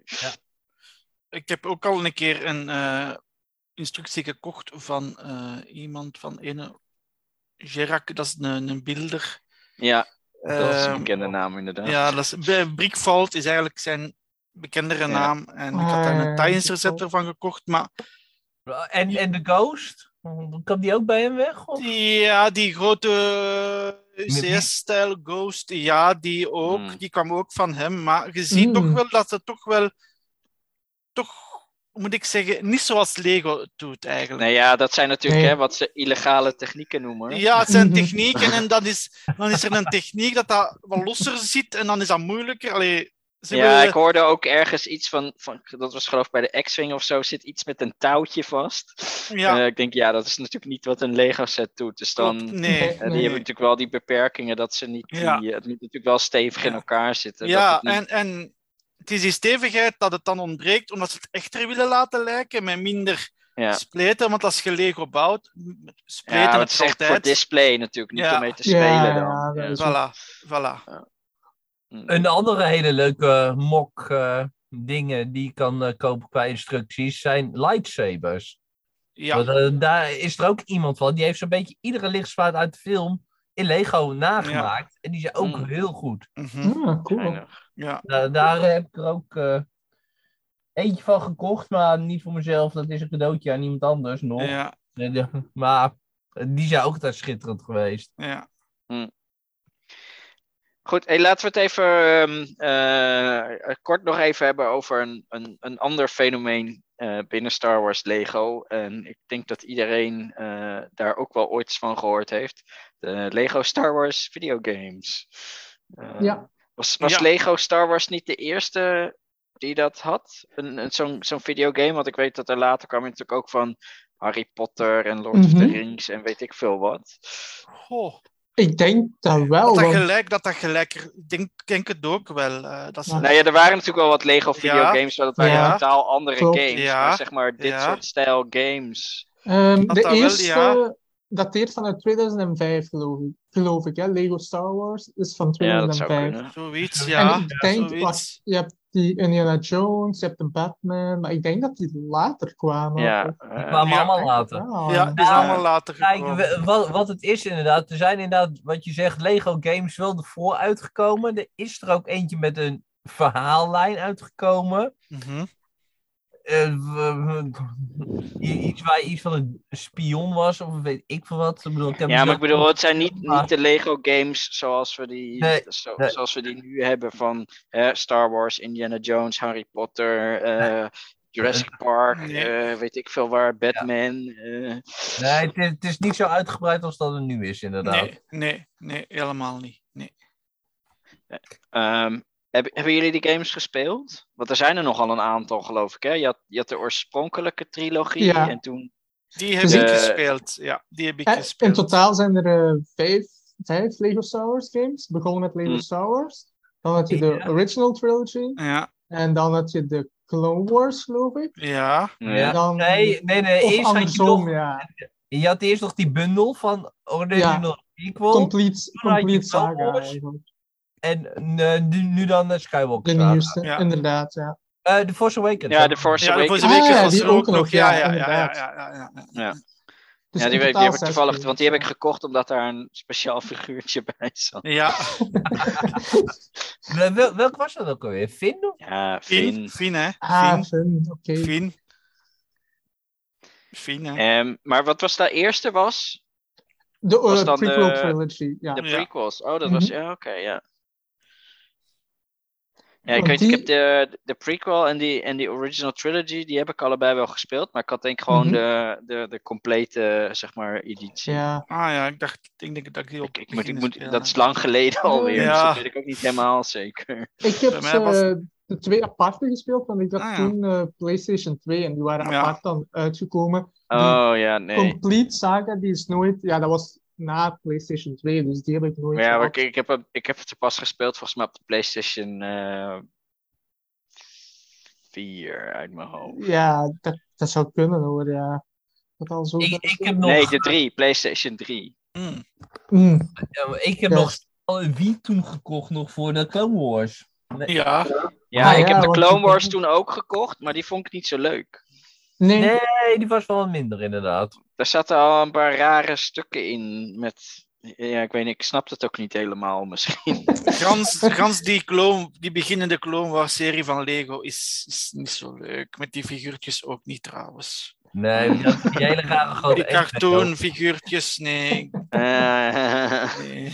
Ik heb ook al een keer een eh, instructie gekocht van eh, iemand van ene Gerak, dat is een, een beelder.
Ja, dat is een
Ehm,
bekende naam inderdaad.
Ja, dat is, bij Brickvault is eigenlijk zijn bekendere
Ja.
naam. En ik had daar
Ah,
een
ja,
tie-inserzetter van gekocht, maar
En, en de Ghost? Kan die ook bij hem weg? Of?
die, ja, die grote U C S-stijl Ghost, ja, die ook.
Mm.
Die kwam ook van hem. Maar je ziet
Mm.
toch wel dat het toch wel toch hoe moet ik zeggen, niet zoals Lego het doet eigenlijk.
Nee, ja, dat zijn natuurlijk
Nee.
hè, wat ze illegale technieken noemen.
Ja, het zijn
Mhm.
technieken en dan is, dan is er een techniek dat dat wat losser zit en dan is dat moeilijker. Allee, ze
Ja,
willen-
ik hoorde ook ergens iets van, van dat was geloof ik bij de X-Wing of zo, zit iets met een touwtje vast.
Ja.
Eh, ik denk, ja, dat is natuurlijk niet wat een Lego set doet. Dus dan,
Klopt,
eh,
nee.
Nee.
die hebben natuurlijk wel die beperkingen dat ze niet,
Ja.
die, het moet natuurlijk wel stevig in
Ja.
elkaar zitten.
Ja,
dat het niet-
en, en het is die stevigheid dat het dan ontbreekt, omdat ze het echter willen laten lijken met minder
ja.
spleten. Want als je Lego bouwt, spleten
Ja,
het
het is echt voor
altijd.
display natuurlijk, niet
Ja.
om mee te
Ja,
spelen
ja,
dan.
dat
Ja.
is-
Voilà, voilà.
Mm.
Een andere hele leuke mok eh, dingen die je kan eh, kopen qua instructies zijn lightsabers.
Ja,
Want, eh, daar is er ook iemand van, die heeft zo'n beetje iedere lichtzwaard uit de film in Lego nagemaakt. En die zijn ook
Mm.
heel goed.
mhm,
Ah, cool.
Geinig.
ja.
Nou, daar heb ik er ook eh, eentje van gekocht, maar niet voor mezelf. Dat is een cadeautje aan iemand anders nog.
Ja,
Nee, de- Maar eh, die zijn ook altijd schitterend geweest.
ja.
Goed, hey, laten we het even ehm, eh, kort nog even hebben over een, een, een ander fenomeen eh, binnen Star Wars Lego. En ik denk dat iedereen eh, daar ook wel ooit eens van gehoord heeft. De Lego Star Wars videogames. Eh,
Ja.
Was, was
Ja.
Lego Star Wars niet de eerste die dat had? Een, een, zo'n, zo'n videogame? Want ik weet dat er later kwam natuurlijk ook van Harry Potter en Lord of the
Mhm.
Rings en weet ik veel wat.
Goh,
Ik denk dat wel.
dat dat
want-
gelijk, dat dat gelijk, ik denk, ik denk het ook wel. eh, dat ze,
Ja.
Nou ja, er waren natuurlijk wel wat Lego videogames, maar dat waren
Ja.
totaal andere
Klopt.
games.
Ja.
Maar zeg maar, dit
Ja.
soort stijl games.
Ehm,
Dat
de
dat wel,
eerste
ja.
dateert vanuit tweeduizend vijf, geloof ik. Geloof ik hè? Lego Star Wars is van
Ja, dat zou
tweeduizend vijf.
kunnen.
zoiets,
En
ja.
en ik denk,
zoiets.
wacht, je hebt die Indiana Jones, je hebt de Batman, maar ik denk dat die later kwamen.
Ja,
Of-
Die
eh,
kwamen
ja.
allemaal later.
Ja,
Ja, die is
Nou,
allemaal later
Kijk,
gekomen.
we- wat, wat het is inderdaad, er zijn inderdaad, wat je zegt, Lego games wel ervoor uitgekomen. Er is er ook eentje met een verhaallijn uitgekomen.
Mhm.
Eh, w- w- iets waar iets van een spion was, of weet ik veel wat. Ik bedoel, ik heb
ja,
hem
maar ik
zelf-
bedoel, het zijn niet,
Maar-
niet de Lego games zoals we die,
Nee,
zo-
nee.
zoals we die nu hebben van hè, Star Wars, Indiana Jones, Harry Potter, eh, Jurassic Park,
Nee.
eh, weet ik veel waar, Batman. eh.
Nee, het is, het is niet zo uitgebreid als dat het nu is, inderdaad.
Nee, nee, nee, helemaal niet. Nee.
Ehm, hebben, hebben jullie die games gespeeld? Want er zijn er nogal een aantal, geloof ik. Hè? Je, had, je had de oorspronkelijke trilogie
Ja.
en toen.
Die heb
Dus
ik
ik-
gespeeld. Ja, die heb ik
Eh, In
gespeeld.
totaal zijn er eh, vijf, vijf Lego Star Wars games. Begonnen met Lego
Hmm.
Star Wars. Dan had je de
Ja.
original trilogy.
Ja,
En dan had je de Clone Wars, geloof ik.
ja.
Ja.
Dan-
Nee, nee, nee.
Of
Eerst had je,
andersom,
nog,
ja.
je had eerst nog die bundel van Original Sequel.
Complete,
Toen had je
complete
Clone
saga
Wars.
eigenlijk.
En eh, nu, nu dan de Skywalker
De
saga.
nieuwste,
Ja.
inderdaad, ja.
Eh, The Force Awakens.
Ja,
hè?
de Force
Ja, de
Awakens.
Force
Ah,
Awakens
ja,
was
die
er ook
ook nog,
nog. Ja,
ja,
ja, ja, ja,
inderdaad.
ja, ja, ja, ja.
Ja.
Dus
Ja,
in
die, weet- die
totaal
heb ik
zes
toevallig,
games,
want die heb ik
ja.
gekocht omdat daar een speciaal figuurtje bij zat.
Ja,
Wel- wel- welk was dat ook alweer? Finn? of-
Ja,
Finn,
Finn.
Finn, hè.
Ah,
Finn,
Finn, oké.
Finn. Finn, hè.
Ehm, maar wat was dat eerste was?
De
Was
uh,
dan
prequel
de-
trilogy, ja.
De
Ja.
prequels. Oh, dat was.
Mhm.
Ja, oké, ja. Ja, ik
Want
weet,
die-
ik heb de, de prequel en die, en die original trilogy, die heb ik allebei wel gespeeld. Maar ik had denk ik gewoon
Mhm.
de, de, de complete, zeg maar, editie.
Ja,
Ah ja, ik dacht, ik denk dat ik die op
Ik, ik moet, ik
beginnen
moet,
spelen
dat is
heb.
lang geleden alweer, dus
Ja.
dat weet ik ook niet helemaal zeker.
ik heb
Bij mij
ze
was-
de twee aparte gespeeld, want ik had
Ah, ja.
toen eh, PlayStation twee en die waren
Ja.
apart dan uitgekomen. Die
Oh ja, nee.
Complete Saga, die is nooit, ja, dat was na PlayStation twee, dus die heb ik nooit
Maar ja, maar
gehad.
ik, ik, heb, het- ik heb het pas gespeeld volgens mij op de PlayStation eh vier uit mijn hoofd.
Ja, dat, dat zou kunnen hoor, ja. Dat al zo
Ik,
ver
ik
is.
heb nog,
Nee, de drie, PlayStation drie.
Mm.
Mm,
ja, maar ik heb
Ja.
nog een Wii toen gekocht nog voor de Clone Wars. Nee.
Ja,
Ja,
Ah,
ik
ja,
heb de
want
Clone
die-
Wars toen ook gekocht, maar die vond ik niet zo leuk.
nee,
Nee, die was wel wat minder inderdaad.
Daar zaten al een paar rare stukken in met... Ja, ik weet niet, ik snap het ook niet helemaal misschien.
gans, gans die, clone, die beginnende Clone Wars serie van Lego is, is niet zo leuk. Met die figuurtjes ook niet trouwens.
Nee, die, had die hele rare grote
Die
X-Men ook.
cartoon figuurtjes, nee.
Eh,
nee.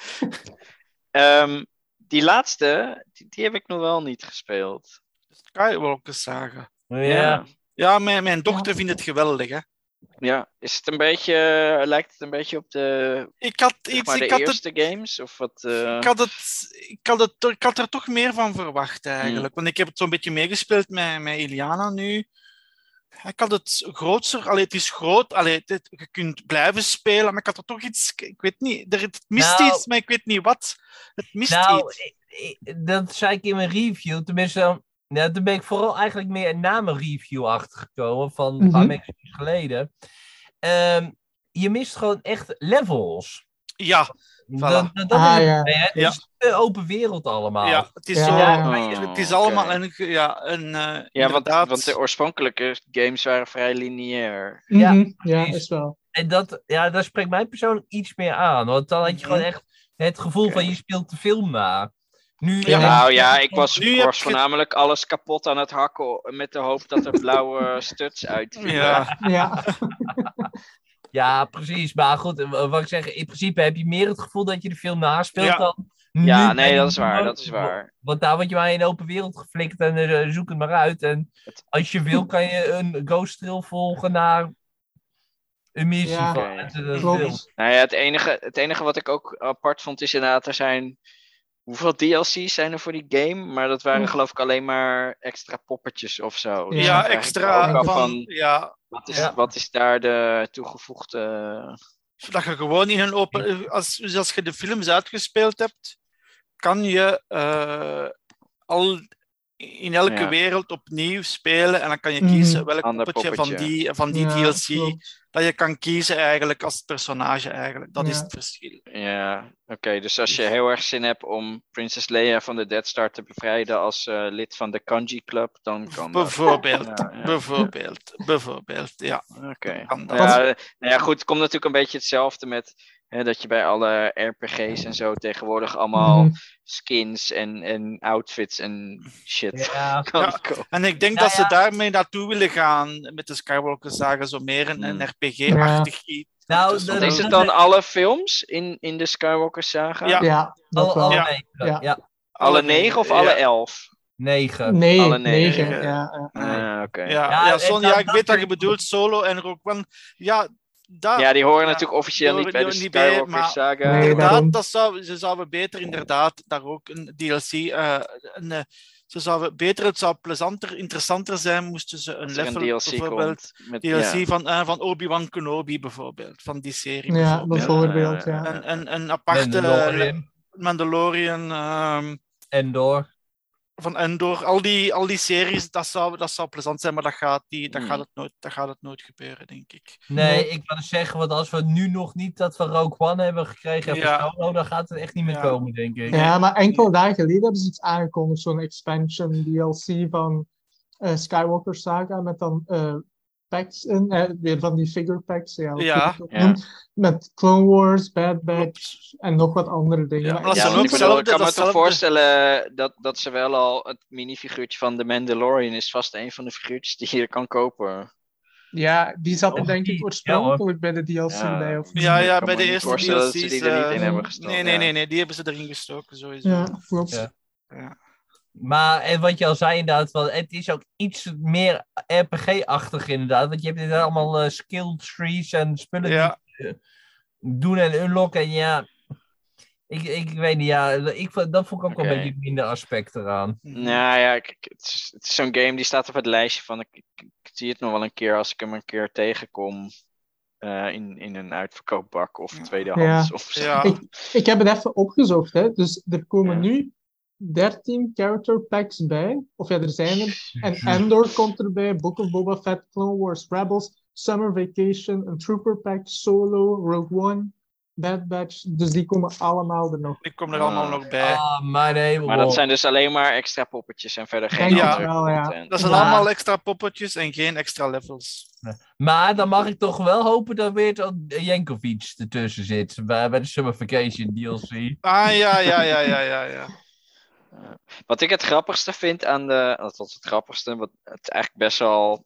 ehm, die laatste, die, die heb ik nog wel niet gespeeld.
Skywalker saga.
Ja.
Ja.
Ja, mijn, mijn dochter vindt het geweldig, hè.
Ja, is het een beetje, lijkt het een beetje op de,
Ik had
zeg
iets,
maar, de
ik had
eerste
het,
games? Of wat, uh...
ik had het, ik had het, ik had er toch meer van verwacht eigenlijk.
Hmm.
Want ik heb het zo'n beetje meegespeeld met, met Iliana nu. Ik had het grootser, allee, het is groot, allee, het, je kunt blijven spelen, maar ik had er toch iets, ik weet niet, er, het mist
Nou,
iets, maar ik weet niet wat. Het mist
Nou,
iets.
ik- ik- dat zei ik in mijn review. Tenminste, ja, toen ben ik vooral eigenlijk meer na mijn review achtergekomen van een paar
Mhm.
maanden geleden. Ehm, je mist gewoon echt levels.
Ja,
Dat,
voilà.
dat, dat
Ah,
is het.
ja.
Nee, het
Ja.
is te open wereld allemaal.
Ja, het is
Ja,
zo,
ja,
ja.
het is
Oh,
allemaal
oké.
een, ja, een, uh,
Ja, want,
inderdaad.
want de oorspronkelijke games waren vrij lineair.
Ja,
Mhm, ja,
precies.
is wel.
En dat, ja, dat spreekt mij persoonlijk iets meer aan. Want dan had je
Mhm.
gewoon echt het gevoel
Oké.
van je speelt de film na. Nu,
Ja.
neem
Nou
ik-
ja, ik was,
Nu
ik
heb
was
je-
voornamelijk alles kapot aan het hakken met de hoop dat er blauwe studs uitvielen.
Ja,
Ja,
Ja, precies. Maar goed, eh, wat ik zeg, in principe heb je meer het gevoel dat je de film naspeelt
Ja.
dan.
Ja,
nu
nee,
bij
dat
die
is waar,
demo.
dat is waar.
Want daar word je maar in de open wereld geflikt en eh, zoek het maar uit. En
Het-
als je wil, kan je een ghost trail volgen naar een missie
Ja,
van
Oké.
uit de film.
klopt.
Nou ja, het enige, het enige wat ik ook apart vond is inderdaad, er zijn... Hoeveel D L C's zijn er voor die game? Maar dat waren
Oef.
geloof ik alleen maar extra poppetjes of zo. Dus
Ja.
ik
ja
vraag me
extra
ook af
van,
van,
ja,
wat, is,
Ja.
wat is daar de toegevoegde...
dat je gewoon in een open, als, dus als je de films uitgespeeld hebt, kan je uh, al in elke
Ja.
wereld opnieuw spelen en dan kan je
Mhm.
kiezen welk
Ander
poppetje van
poppetje.
die, van die
Ja,
D L C
klopt.
dat je kan kiezen eigenlijk als personage eigenlijk. Dat is
Ja.
het verschil.
Ja, oké. Dus als je heel erg zin hebt om Princess Leia van de Death Star te bevrijden als uh, lid van de Kanji Club, dan kan dat.
Bijvoorbeeld,
Ja, ja.
bijvoorbeeld, bijvoorbeeld, ja.
Oké.
Kan dat.
Ja, nou ja, goed. Het komt natuurlijk een beetje hetzelfde met hè, dat je bij alle R P G's en zo tegenwoordig allemaal
Mhm.
skins en, en outfits en shit
Ja.
kan
Ja.
kopen.
En ik denk
Nou
dat ze
ja.
daarmee naartoe willen gaan met de Skywalker Saga, zo meer een, een
Hmm.
R P G-achtig iets.
Nou,
Dat is
dat-
Want is
wel-
het dan alle films in, in de Skywalker Saga?
Ja.
Ja, dat
Alle,
wel.
alle
Ja.
negen.
Ja.
Ja.
Alle negen of alle
Ja.
elf?
Negen.
Nee,
Alle negen.
negen. Ja, ja.
Nee.
Ah, oké.
Ja,
Ja.
ja,
Ja,
Son,
en
ja,
dat-
ik
dat
weet wat je
vind ik
bedoelt, Solo en Rogue One. Ja, daar,
die horen
Ja,
natuurlijk officieel
die
niet bij de
horen niet bij,
Skywalker
maar-
Saga.
Nee,
inderdaad,
daarom.
dat zou, ze zouden beter inderdaad daar ook een D L C... eh, een, eh, ze zouden beter, het zou plezanter, interessanter zijn moesten ze een
Als er
level
een D L C
bijvoorbeeld...
komt. Met,
D L C
ja.
van, eh, van Obi-Wan Kenobi bijvoorbeeld, van die serie
Ja,
bijvoorbeeld.
bijvoorbeeld,
Ja,
ja.
Een, een, een aparte
Mandalorian.
Mandalorian ehm,
Endor.
van Endor, al die, al die series, dat zou, dat zou plezant zijn, maar dat gaat, die, dat,
Hmm.
gaat het nooit, dat gaat het nooit gebeuren, denk ik.
Nee,
Nee.
ik wou dus zeggen, want als we nu nog niet dat van Rogue One hebben gekregen en
Ja.
van Solo, dan gaat het echt niet meer
Ja.
komen, denk ik.
Ja, maar enkele dagen geleden hebben ze iets aangekondigd, zo'n expansion D L C van eh, Skywalker Saga, met dan eh, packs in, eh, weer van die figure packs, ja, hoe
Ja.
je het ook
Ja.
noemt, met Clone Wars, Bad Batch en nog wat andere dingen.
Ja, maar dat
Ja,
zijn
want
ook
ik, bedoel, ik kan me
hetzelfde-
toch
hetzelfde-
voorstellen dat, dat ze wel al het minifiguurtje van de Mandalorian is vast een van de figuurtjes die je kan kopen.
Ja, die zat er
Oh,
denk
die-
ik oorspronkelijk bij de D L C
Ja.
bij. Of niet?
Ja,
Ik
ja,
kan
bij
me
de
niet
eerste
voorstellen
D L
dat
C's...
ze die er niet in
eh,
hebben gestopt.
Nee, nee,
ja.
nee, nee, die hebben ze erin gestoken, sowieso.
Ja, klopt.
Ja.
Ja.
Maar en wat je al zei inderdaad, van, het is ook iets meer R P G-achtig inderdaad. Want je hebt inderdaad allemaal eh, skill trees en spullen
Ja.
die je doen en unlocken. En ja, ik, ik weet niet, ja, ik, vond- dat vond ik ook wel
Oké.
een beetje minder aspect eraan.
Nou ja, kijk, het is, het is zo'n game die staat op het lijstje van ik, ik, ik zie het nog wel een keer als ik hem een keer tegenkom eh, in, in een uitverkoopbak of tweedehands
Ja.
of zo.
Ja.
Ik, ik heb het even opgezocht, hè. Dus er komen
Ja.
nu dertien character packs bij. Of ja, er zijn er. En Endor komt erbij, Book of Boba Fett, Clone Wars, Rebels, Summer Vacation, een Trooper pack, Solo, Rogue One, Bad Batch. Dus die komen allemaal er nog.
Die komen er allemaal
Ah.
nog bij.
Ah, mijn hemel.
Maar dat zijn dus alleen maar extra poppetjes en verder geen
Denk
het
andere
wel, ja.
content.
Dat zijn
Maar-
allemaal extra poppetjes en geen extra levels.
Maar dan mag ik toch wel hopen dat weer Jankovic ertussen zit. Bij, bij de Summer Vacation D L C.
Ah, ja, ja, ja, ja, ja, ja.
Wat ik het grappigste vind aan de. Dat was het grappigste, wat het is eigenlijk best wel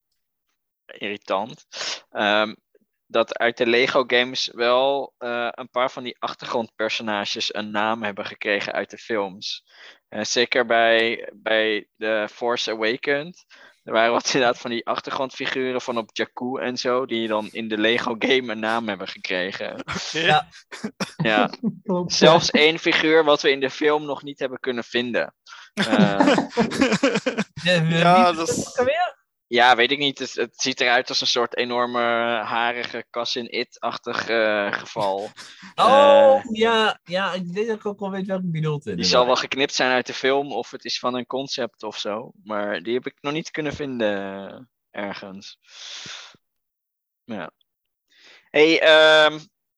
irritant. ehm, dat uit de Lego games wel eh, een paar van die achtergrondpersonages een naam hebben gekregen uit de films. Eh, zeker bij, bij The Force Awakens Er waren wat inderdaad van die achtergrondfiguren van op Jakku en zo, die dan in de Lego game een naam hebben gekregen.
Okay.
Ja.
Ja.
Klopt.
Zelfs één figuur wat we in de film nog niet hebben kunnen vinden. Uh,
De,
Ja,
wie
dat
was
is-
het ook alweer?
ja, weet ik niet. Het, het ziet eruit als een soort enorme harige Cas in It-achtig uh, geval.
Oh,
Uh,
ja, ja, ik denk dat ik ook wel weet welke bedoeld is.
Die zal wel geknipt zijn uit de film of het is van een concept of zo. Maar die heb ik nog niet kunnen vinden uh, ergens. Ja. Hey, um,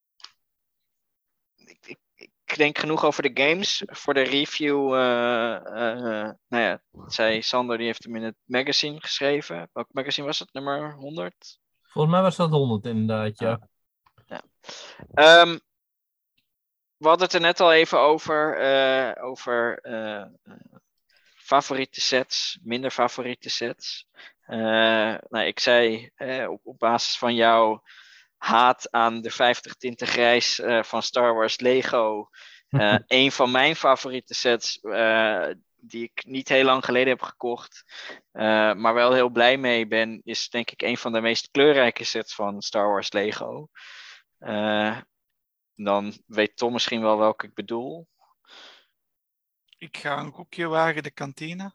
ik, ik, ik denk genoeg over de games. Voor de review, uh, uh, nou ja, zei Sander, die heeft hem in het magazine geschreven. Welk magazine was het? Nummer honderd?
Volgens mij was dat honderd inderdaad, ja.
ja. Um, we hadden het er net al even over, uh, over uh, uh, favoriete sets, minder favoriete sets. Uh, nou, ik zei uh, op, op basis van jouw haat aan de vijftig tinten grijs uh, van Star Wars Lego. Uh, een van mijn favoriete sets, uh, die ik niet heel lang geleden heb gekocht, uh, maar wel heel blij mee ben, is denk ik een van de meest kleurrijke sets van Star Wars Lego. Uh, dan weet Tom misschien wel welke ik bedoel.
Ik ga een koekje wagen, de kantine.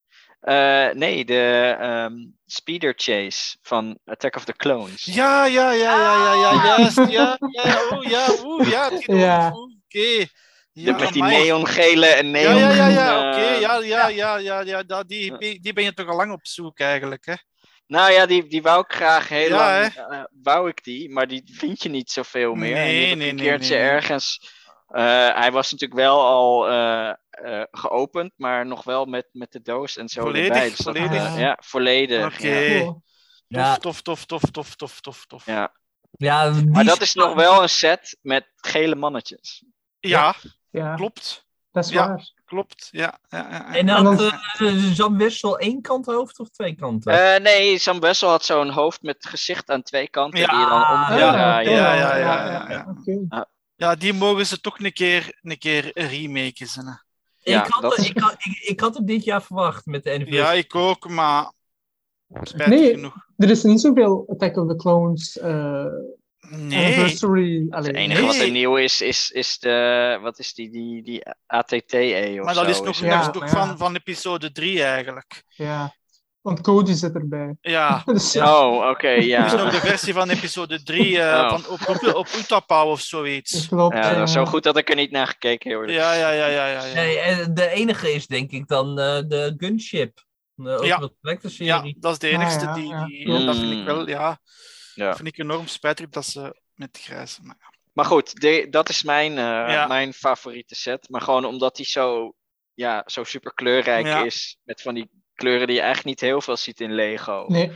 Uh, nee, de um, Speeder Chase van Attack of the Clones.
Ja, ja, ja, ja, ja, ja, juist. Ja, ja, oeh, ja, oeh, ja.
Ja.
Oké. Okay. Ja,
met die
amai.
neongele en neon...
Ja, ja, ja, ja,
uh,
oké. Okay. Ja, ja, ja, ja, ja, ja die, die ben je toch al lang op zoek eigenlijk, hè?
Nou ja, die, die wou ik graag heel
ja,
lang, uh, wou ik die, maar die vind je niet zoveel meer.
Nee,
en die heb
nee,
een
nee,
keertje
nee, nee.
ergens... Uh, hij was natuurlijk wel al uh, uh, geopend, maar nog wel met, met de doos en zo
volledig,
erbij. Dus dat,
volledig?
uh, ja, volledig.
Oké. Okay.
Ja.
Ja.
Tof, tof, tof, tof, tof, tof, tof.
Ja.
Ja,
maar dat is nog wel een set met gele mannetjes.
Ja,
Ja,
klopt.
dat is
Ja.
waar.
Klopt, ja. ja, ja, ja.
En had
dan-
uh, Jan Wessel één kant hoofd of twee kanten?
Uh, nee, Sam Wessel had zo'n hoofd met gezicht aan twee kanten
Ja.
die je dan om kon
Ja,
draaien.
ja, ja, ja, ja, ja.
Oké.
Ja, die mogen ze toch een keer, een keer remaken. Hè.
Ja,
ik, had,
dat-
ik, had, ik, ik had hem dit jaar verwacht met de N V.
Ja, ik ook, maar spijtig
Nee.
genoeg.
Er is niet zoveel Attack of the Clones uh,
Nee,
anniversary.
Het
Allee,
enige
nee.
wat er nieuw is, is, is de, wat is die, die, die A T T E of
maar dat
zo.
is nog,
het.
Ja,
dat is nog
ja.
van, van episode drie eigenlijk.
Ja, want Cody zit erbij.
Ja,
Dus,
Oh, oké, okay,
dat is nog
ja.
de versie van episode drie uh,
Oh.
van op, op, op Utapau of zoiets.
klopt.
Ja, dat was
ja.
zo goed dat ik er niet naar gekeken heb.
Ja, ja, ja, ja, ja. ja.
Nee, en de enige is denk ik dan uh, de Gunship. De Ultimate Collector
Ja,
serie.
dat is de
Ah,
enigste
ja,
die,
ja,
die
klopt.
dat vind ik wel, ja,
Ja.
vind ik enorm spijtig dat ze met grijze, maar ja.
Maar goed, de, dat is mijn, uh,
Ja.
mijn favoriete set. Maar gewoon omdat die zo, ja, zo super kleurrijk
Ja.
is. Met van die kleuren die je eigenlijk niet heel veel ziet in Lego.
Nee,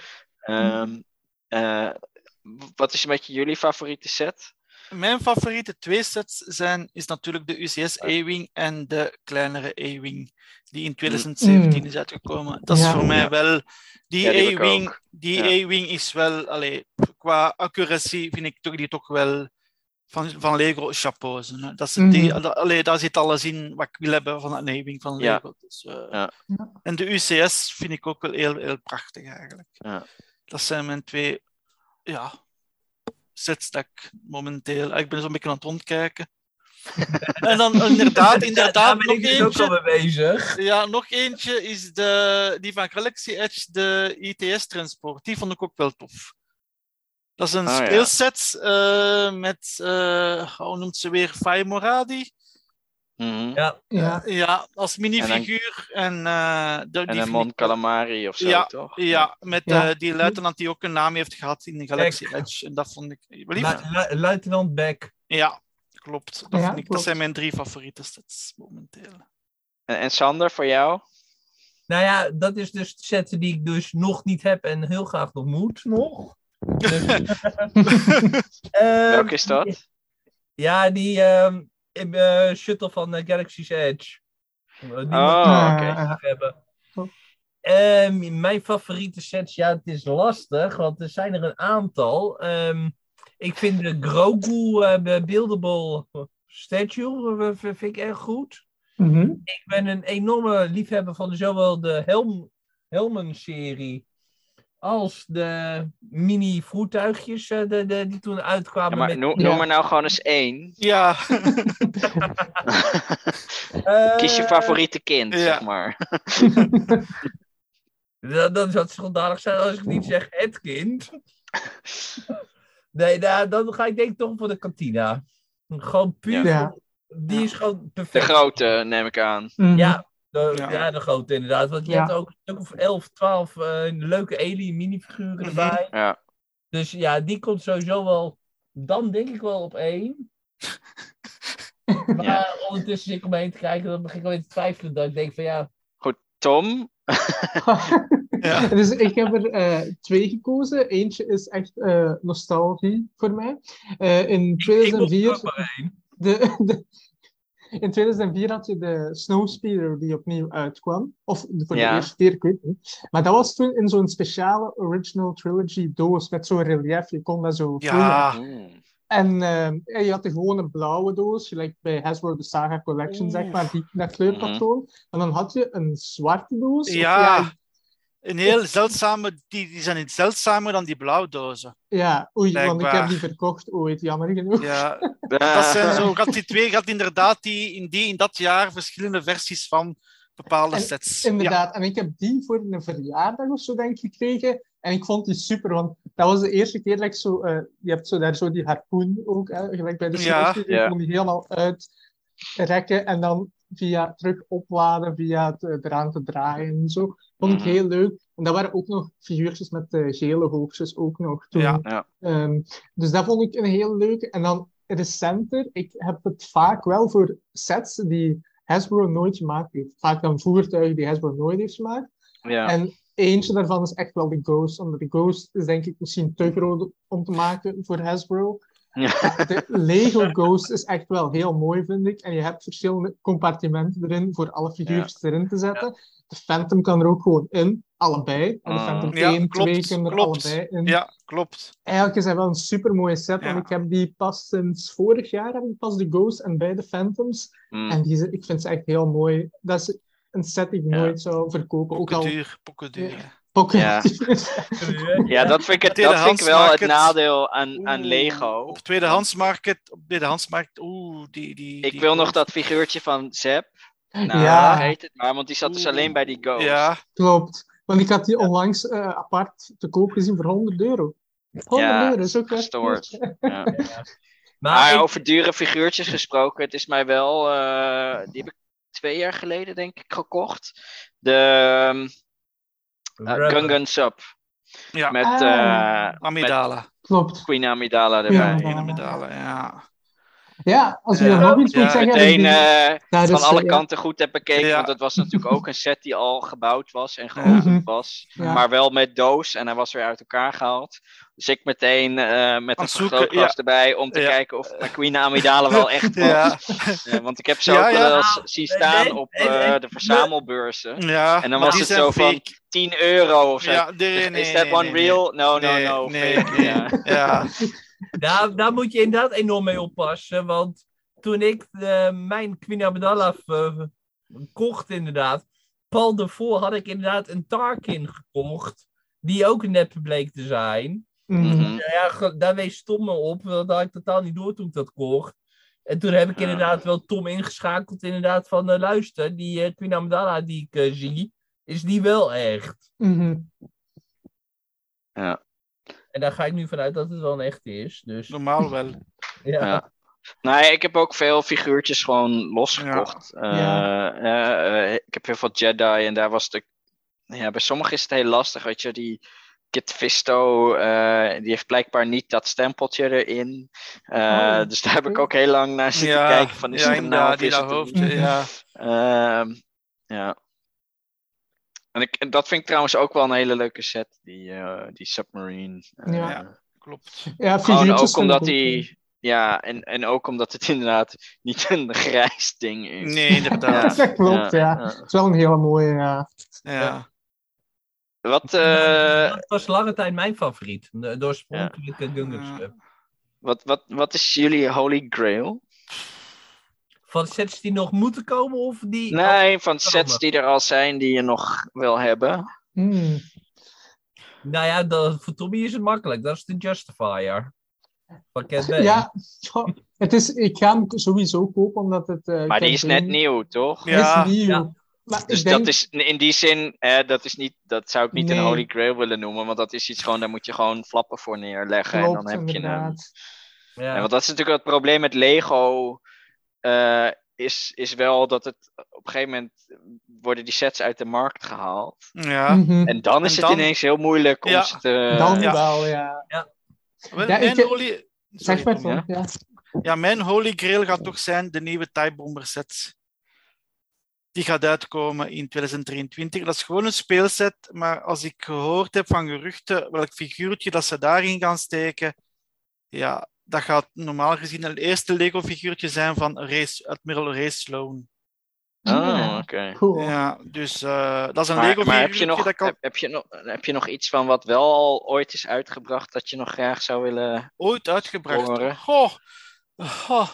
Um, uh, wat is een beetje jullie favoriete set?
Mijn favoriete twee sets zijn, is natuurlijk de U C S A-Wing en de kleinere A-Wing, die in twintig zeventien
Mm.
is uitgekomen. Dat is
Ja.
voor mij
Ja.
wel, die
Ja, die heb ik
A-Wing,
ook.
die
Ja.
A-Wing is wel, allee, qua accuracy vind ik toch, die toch wel van, van Lego chapeau. Hè. Dat ze die,
Mhm.
da- allee, daar zit alles in wat ik wil hebben van een A-Wing van
Ja.
Lego. Dus, uh,
Ja.
Ja.
En de U C S vind ik ook wel heel, heel prachtig eigenlijk.
Ja.
Dat zijn mijn twee, ja, sets dat ik momenteel... Ik ben zo'n beetje aan het rondkijken. En dan inderdaad,
Daar
inderdaad
ben
nog
ik dus ook al
eentje.
mee bezig.
Ja, nog eentje is de, die van Galaxy Edge, de I T S-transport. Die vond ik ook wel tof. Dat is een
Ah, ja.
speelset uh, met, uh, hoe noemt ze weer, Fai Moradi.
Mhm.
Ja.
ja.
Ja, als minifiguur. En, uh, de,
En
die
een
vind
Mon
ik wel-
Calamari of zo,
Ja,
toch?
Ja, met
Ja.
uh, die luitenant die ook een naam heeft gehad in de Galaxy
Kijk.
Edge. En dat vond ik... Wel lief?
Lu- Lu- Luitenant Beck.
Ja, klopt. Dat,
Ja,
vind ik, dat
klopt.
zijn mijn drie favoriete sets momenteel.
En, en Sander, voor jou?
Nou ja, dat is dus de set die ik dus nog niet heb en heel graag nog moet. Nog. Dus, ehm,
Welke is dat?
Ja, die ehm, uh, shuttle van uh, Galaxy's Edge. Die
Oh,
mag
oké.
ik nog hebben.
Oh.
Ehm, mijn favoriete sets, ja, het is lastig, want er zijn er een aantal. Ehm, ik vind de Grogu uh, Buildable Statue uh, vind ik erg goed.
Mhm.
Ik ben een enorme liefhebber van zowel de helm, Helmen-serie als de mini-voertuigjes uh, de, de, die toen uitkwamen.
Ja, maar
met...
noem, noem er nou gewoon eens één.
Ja.
uh,
Kies je favoriete kind,
ja.
zeg maar.
dat, dat zou schandalig zijn als ik niet zeg het kind. Nee, nou, dan ga ik denk ik toch voor de Cantina. Gewoon puur.
Ja.
Die is gewoon perfect.
De grote, neem ik aan.
Mhm.
Ja, de,
Ja.
ja, de grote inderdaad. Want je
Ja.
hebt ook een stuk of elf, twaalf uh, leuke alien minifiguren
Mhm.
erbij.
Ja.
Dus ja, die komt sowieso wel. Dan denk ik wel op één. Maar
Ja.
ondertussen zit ik om me heen te kijken, dan begin ik wel te twijfelen. Dat ik denk van ja.
Tom?
Ja.
Dus ik heb er uh, twee gekozen. Eentje is echt uh, nostalgie voor mij. Uh, in tweeduizend vier...
Ik, ik maar één.
De, de, in tweeduizend vier had je de Snowspeeder die opnieuw uitkwam. Of voor
Ja.
de eerste keer, ik weet het niet. Maar dat was toen in zo'n speciale Original Trilogy doos met zo'n relief. Je kon dat zo voelen.
Ja.
Mm.
En uh, je had de gewone blauwe doos, gelijk bij Hasbro de Saga Collection, zeg maar, die, dat kleurpatroon. En dan had je een zwarte doos. of
Ja. Een heel zeldzame, die, die zijn iets zeldzamer dan die blauwdozen.
Ja, oei, want ik
Blijkbaar.
heb die verkocht ooit, jammer genoeg.
Ja. Dat zijn zo, gaat die twee, gaat inderdaad die, in, die, in dat jaar verschillende versies van bepaalde
En-
sets.
Inderdaad, en ik heb die voor een verjaardag of zo, denk ik, gekregen. En ik vond die super, want dat was de eerste keer dat ik zo... uh, je hebt zo daar zo die harpoen ook, hè, gelijk bij de
Ja,
Snowspeeder.
ja.
Je kon die helemaal uitrekken en dan via terug opladen, via het uh, eraan te draaien en zo. Vond ik
Mhm.
heel leuk. En dat waren ook nog figuurtjes met uh, gele hoofdjes ook nog toen.
Ja.
Ja.
Um, dus dat vond ik een heel leuke. En dan recenter, ik heb het vaak wel voor sets die Hasbro nooit gemaakt heeft. Vaak dan voertuigen die Hasbro nooit heeft gemaakt.
Ja.
En eentje daarvan is echt wel de Ghost. Omdat de Ghost is denk ik misschien te groot om te maken voor Hasbro.
Ja.
De Lego Ghost is echt wel heel mooi, vind ik. En je hebt verschillende compartimenten erin voor alle figuurtjes erin te zetten. De Phantom kan er ook gewoon in, allebei. En de
Mm.
Phantom
Ja,
één,
klopt,
twee kunnen er
klopt.
allebei in.
Ja, klopt.
Eigenlijk is hij wel een super mooie set.
Ja.
En ik heb die pas sinds vorig jaar heb ik pas de Ghost en beide Phantoms.
Mm.
En die, ik vind ze echt heel mooi. Dat is een set die ik
Ja.
nooit zou verkopen. Ook al
Pokken pokken duur.
pokken.
Ja. Ja, dat vind ik, het, dat vind ik wel het
Tweedehandsmarket.
nadeel aan, aan
Oeh,
Lego.
Op tweedehandsmarkt, op tweedehandsmarkt, oeh, die... die
Ik
die
wil nog
Ghost.
dat figuurtje van Zep. Nou,
Ja.
heet het maar, want die zat dus
Oeh.
alleen bij die Ghost.
Ja,
Klopt. Want ik had die onlangs uh, apart te koop gezien voor honderd euro. honderd
Ja,
euro, is ook echt
gestoord.
goed.
Ja.
Maar,
Maar
ik,
over dure figuurtjes gesproken, het is mij wel, uh, die heb ik twee jaar geleden denk ik gekocht. De um, uh,
Rubber.
Gungan Sub.
ja.
Met,
Ah.
uh, met
Amidala.
Klopt.
Queen Amidala
Queen
erbij.
Amidala.
Ene Amidala, ja.
Ja, als je
Ja.
er nog iets moet
Ja,
zeggen...
Meteen
die-
uh,
daar
van
is,
alle
ja.
kanten goed heb bekeken,
Ja.
want het was natuurlijk ook een set die al gebouwd was en geopend
Mhm.
was.
Ja.
Maar wel met doos en hij was weer uit elkaar gehaald. Dus ik meteen uh, met een
zoeken,
vergrootglas erbij om te
Ja.
kijken of mijn Queen Amidala wel echt was.
Ja,
Ja, want ik heb ze
Ja,
ook
ja.
wel eens zien
Nee,
staan
nee,
op
nee,
uh,
nee.
de verzamelbeurzen.
ja.
En dan
maar
was
die
het
zijn
zo van
fake.
tien euro of zo.
Ja, nee,
Is-
nee,
Is that
nee,
one
nee,
real? No, no,
nee,
no.
nee,
fake.
nee.
Ja.
Ja.
daar, daar moet je inderdaad enorm mee oppassen. Want toen ik uh, mijn Queen Amidala uh, kocht inderdaad. Pal daarvoor had ik inderdaad een Tarkin gekocht. Die ook nep bleek te zijn.
Mhm.
Mhm.
Ja, ge- daar wees Tom me op. Dat had ik totaal niet door toen ik dat kocht. En toen heb ik
Ja.
inderdaad wel Tom ingeschakeld. Inderdaad van uh, luister, die uh, Queen Amidala die ik uh, zie. Is die wel echt?
Mhm.
Ja.
En daar ga ik nu vanuit dat het wel een echte is. Dus
Normaal wel.
ja.
Ja. Nee, ik heb ook veel figuurtjes gewoon losgekocht. Ja.
Ja.
Uh, uh, ik heb heel veel Jedi en daar was de... Ja, bij sommigen is het heel lastig, weet je. Die Kit Fisto, uh, die heeft blijkbaar niet dat stempeltje erin. Uh,
Oh,
dus daar heb ik
oké.
ook heel lang naar zitten
Ja,
kijken. Van, is
ja,
het er nou of
die
is
dat
het er
hoofd,
niet?
niet?
ja.
Uh, ja. En, ik, en dat vind ik trouwens ook wel een hele leuke set, die, uh, die Submarine. Uh,
Ja.
Ja. Klopt.
Ja,
Gewoon
figuurtjes
ook
vind
omdat
ik ook,
hij... Ja, en, en ook omdat het inderdaad niet een grijs ding is.
Nee, inderdaad.
Dat klopt, ja.
ja.
Het is wel een hele mooie, ja.
Ja.
Wat, uh,
Dat was lange tijd mijn favoriet. De, de oorspronkelijke Gungan
Ja.
Sub.
wat, wat, wat is jullie holy grail?
Van sets die nog moeten komen of die...
Nee, van
komen.
sets die er al zijn die je nog wil hebben.
Hmm.
Nou ja, dat, voor Tommy is het makkelijk. Dat is de Justifier. Van Cat Bane.
Ja, ja, het is, ik ga hem sowieso kopen omdat het... Uh,
Maar die
Cat
is net
Bane
nieuw, toch?
Ja.
is nieuw.
Ja.
Maar
Dus
ik denk,
dat is in die zin, eh, dat, is niet, dat zou ik niet
Nee.
een Holy Grail willen noemen, want dat is iets gewoon, daar moet je gewoon flappen voor neerleggen
klopt,
en dan heb je hem.
inderdaad.
Ja.
Ja, want dat is natuurlijk het probleem met Lego, uh, is, is wel dat het op een gegeven moment worden die sets uit de markt gehaald.
Ja.
Mhm.
En dan is
En
het
dan-
ineens heel moeilijk om
Ja.
ze te...
Dan
ja.
wel, ja.
Wel,
Ja,
mijn
ik-
holy...
Zeg
Sorry,
maar,
Tom.
ja.
Tom, ja.
Ja, mijn holy grail gaat toch zijn de nieuwe Type Bomber set. Die gaat uitkomen in tweeduizend drieëntwintig. Dat is gewoon een speelset, maar als ik gehoord heb van geruchten welk figuurtje dat ze daarin gaan steken, ja, dat gaat normaal gezien het eerste Lego-figuurtje zijn van Race, Admiral Ray Sloan.
Oh, oké.
Cool.
Ja, dus uh, dat is een
Maar, maar
Lego-figuurtje
heb, je nog,
dat ik al
heb, heb, je nog, heb je nog iets van wat wel al ooit is uitgebracht dat je nog graag zou willen
ooit uitgebracht.
horen?
Oh, oh,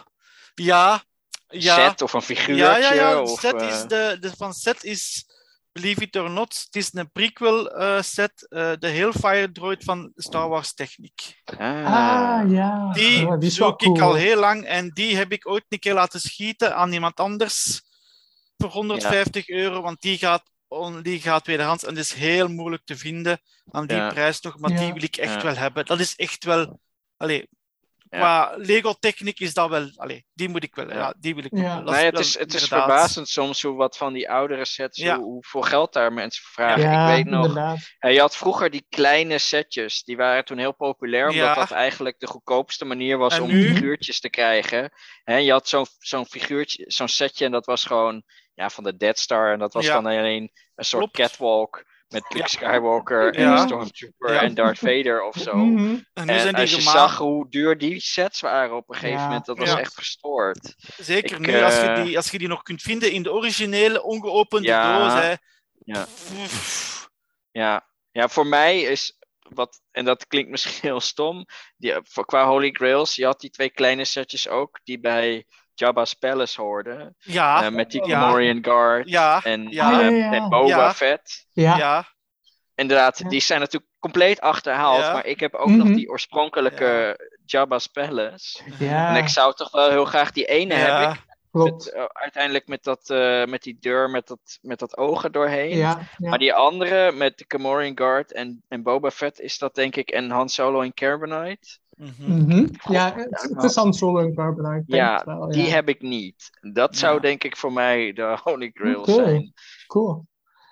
ja, ja.
Set of een figuurtje?
Ja, ja, ja.
Of,
Set
uh,
is de, de van Set is, believe it or not, het is een prequel uh, set, uh, de Hellfire droid van Star Wars Techniek.
ah,
Ah, ja.
Die,
Ja, die is wel
zoek
cool.
ik al heel lang en die heb ik ooit een keer laten schieten aan iemand anders voor honderdvijftig euro, want die gaat, on, die gaat tweedehands en dat is heel moeilijk te vinden aan die
Ja.
prijs toch, maar
Ja.
die wil ik echt
Ja.
wel hebben. Dat is echt wel, allee,
Ja.
qua Lego Techniek is dat wel, allee, die moet ik wel, ja,
Ja.
die wil ik
Ja.
wel. Dat
nee, het
wel
is, het is
inderdaad-
verbazend soms hoe wat van die oudere sets,
Ja.
hoe, hoeveel geld daar mensen voor vragen.
Ja,
ik weet nog,
inderdaad.
hè, je had vroeger die kleine setjes, die waren toen heel populair, omdat
Ja.
dat eigenlijk de goedkoopste manier was
En
om
nu?
figuurtjes te krijgen. Hè, je had zo'n zo'n figuurtje, zo'n setje en dat was gewoon ja, van de Death Star en dat was
Ja.
dan alleen een soort
Klopt.
catwalk met Luke
Ja.
Skywalker en
Ja.
een Stormtrooper
Ja.
en Darth Vader of zo.
Mhm.
En nu
En
zijn die
als je
gemaakt.
zag hoe duur die sets waren op een gegeven
Ja.
moment, dat was
Ja.
echt verstoord.
Zeker
Ik,
nu, als je,
eh,
die, als je die nog kunt vinden in de originele, ongeopende
Ja.
doos. Hè.
Ja.
Pff,
Ja. ja, voor mij is wat, en dat klinkt misschien heel stom, die, voor, qua Holy Grails, je had die twee kleine setjes ook, die bij Jabba's Palace hoorden.
Ja,
eh, met die
ja.
Gamorrean Guard
ja,
en,
ja.
eh,
Ah, ja, ja.
en Boba
Ja.
Fett.
Ja.
ja,
Inderdaad,
Ja.
die zijn natuurlijk compleet achterhaald,
Ja.
maar ik heb ook
Mhm.
nog die oorspronkelijke Jabba's Palace.
Ja,
En ik zou toch wel heel graag die ene
ja.
heb ik.
klopt.
Met, uh, uiteindelijk met, dat, uh, met die deur met dat, met dat ogen doorheen.
Ja, ja.
Maar die andere met de Gamorrean Guard en, en Boba Fett is dat denk ik. En Han Solo in Carbonite.
Mhm.
Mhm. Ja, het, het is Han Solo en Carbonite. denk
Ja,
ik wel,
die
ja.
heb ik niet. Dat zou
Ja.
denk ik voor mij de Holy Grail
Oké.
zijn.
Cool.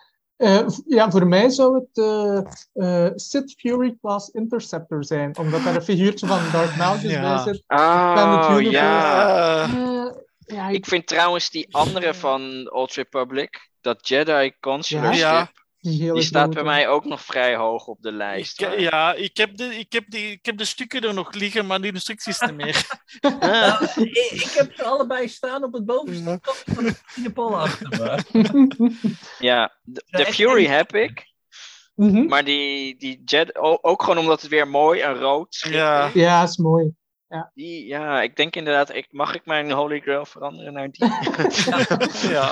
Eh, v- ja, voor mij zou het eh eh Sith Fury Class Interceptor zijn, omdat daar een figuurtje van Darth Malgus
Ja.
bij zit.
Oh,
Universe.
ja.
Eh,
Eh, ja,
Ik vind trouwens die andere van Old Republic, dat Jedi Consular
Ja.
Ship,
die, hele
die staat bij
grote.
mij ook nog vrij hoog op de lijst.
ik,
hoor.
ja, ik heb, de, ik, heb die, ik heb de stukken er nog liggen, maar die instructies niet meer.
Ah.
Nou, ik, ik heb ze allebei staan op het bovenste
Ja.
kant van de Pinapol achter me.
Ja, de,
Ja,
de
echt
Fury
een-
heb ik,
Mhm.
maar die, die Jedi, o- ook gewoon omdat het weer mooi en rood schip
Ja.
is.
Ja, is mooi.
Die, ja, ik denk inderdaad, ik, mag ik mijn Holy Grail veranderen naar die?
Ja.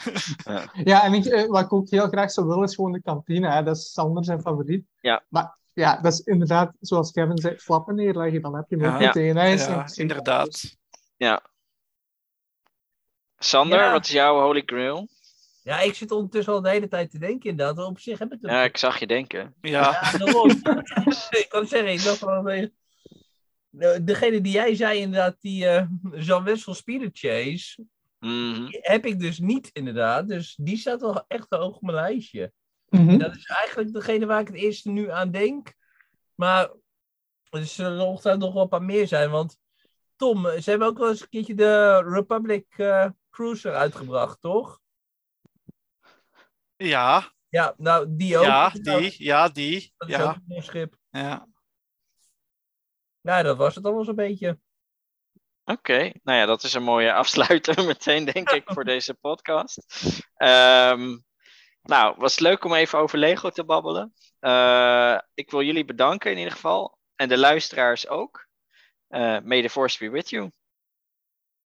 Ja, en ik, eh, wat ik ook heel graag zou willen is gewoon de kantine. Hè. Dat is Sander zijn favoriet.
Ja.
Maar ja, dat is inderdaad, zoals Kevin zei, flappen neerleggen, dan heb je hem ook
Ja.
meteen. Hij is
Ja,
in principe
inderdaad.
Ja. Sander,
Ja.
wat is jouw Holy Grail?
Ja, ik zit ondertussen al de hele tijd te denken inderdaad. Op zich heb ik het.
Ja, ik zag je denken.
Ja.
Ja, daarom. Ik kan zeggen, ik dacht wel weer. De- Degene die jij zei, inderdaad, die eh Jean Wessel Spirit Chase,
Mhm.
die heb ik dus niet inderdaad. Dus die staat wel echt hoog op mijn lijstje.
Mhm.
Dat is eigenlijk degene waar ik het eerste nu aan denk. Maar er zullen er ongetwijfeld nog wel een paar meer zijn. Want Tom, ze hebben ook wel eens een keertje de Republic eh, Cruiser uitgebracht, toch?
Ja,
Ja, nou die ook.
ja, die, ja, die.
Dat is ook
Ja,
een mooi schip.
ja.
Nou, dat was het al wel zo'n beetje.
Oké, nou ja, dat is een mooie afsluiter meteen, denk ik, voor deze podcast. Ehm, nou, was het leuk om even over Lego te babbelen. Eh, ik wil jullie bedanken in ieder geval. En de luisteraars ook. Uh, may the force be with you.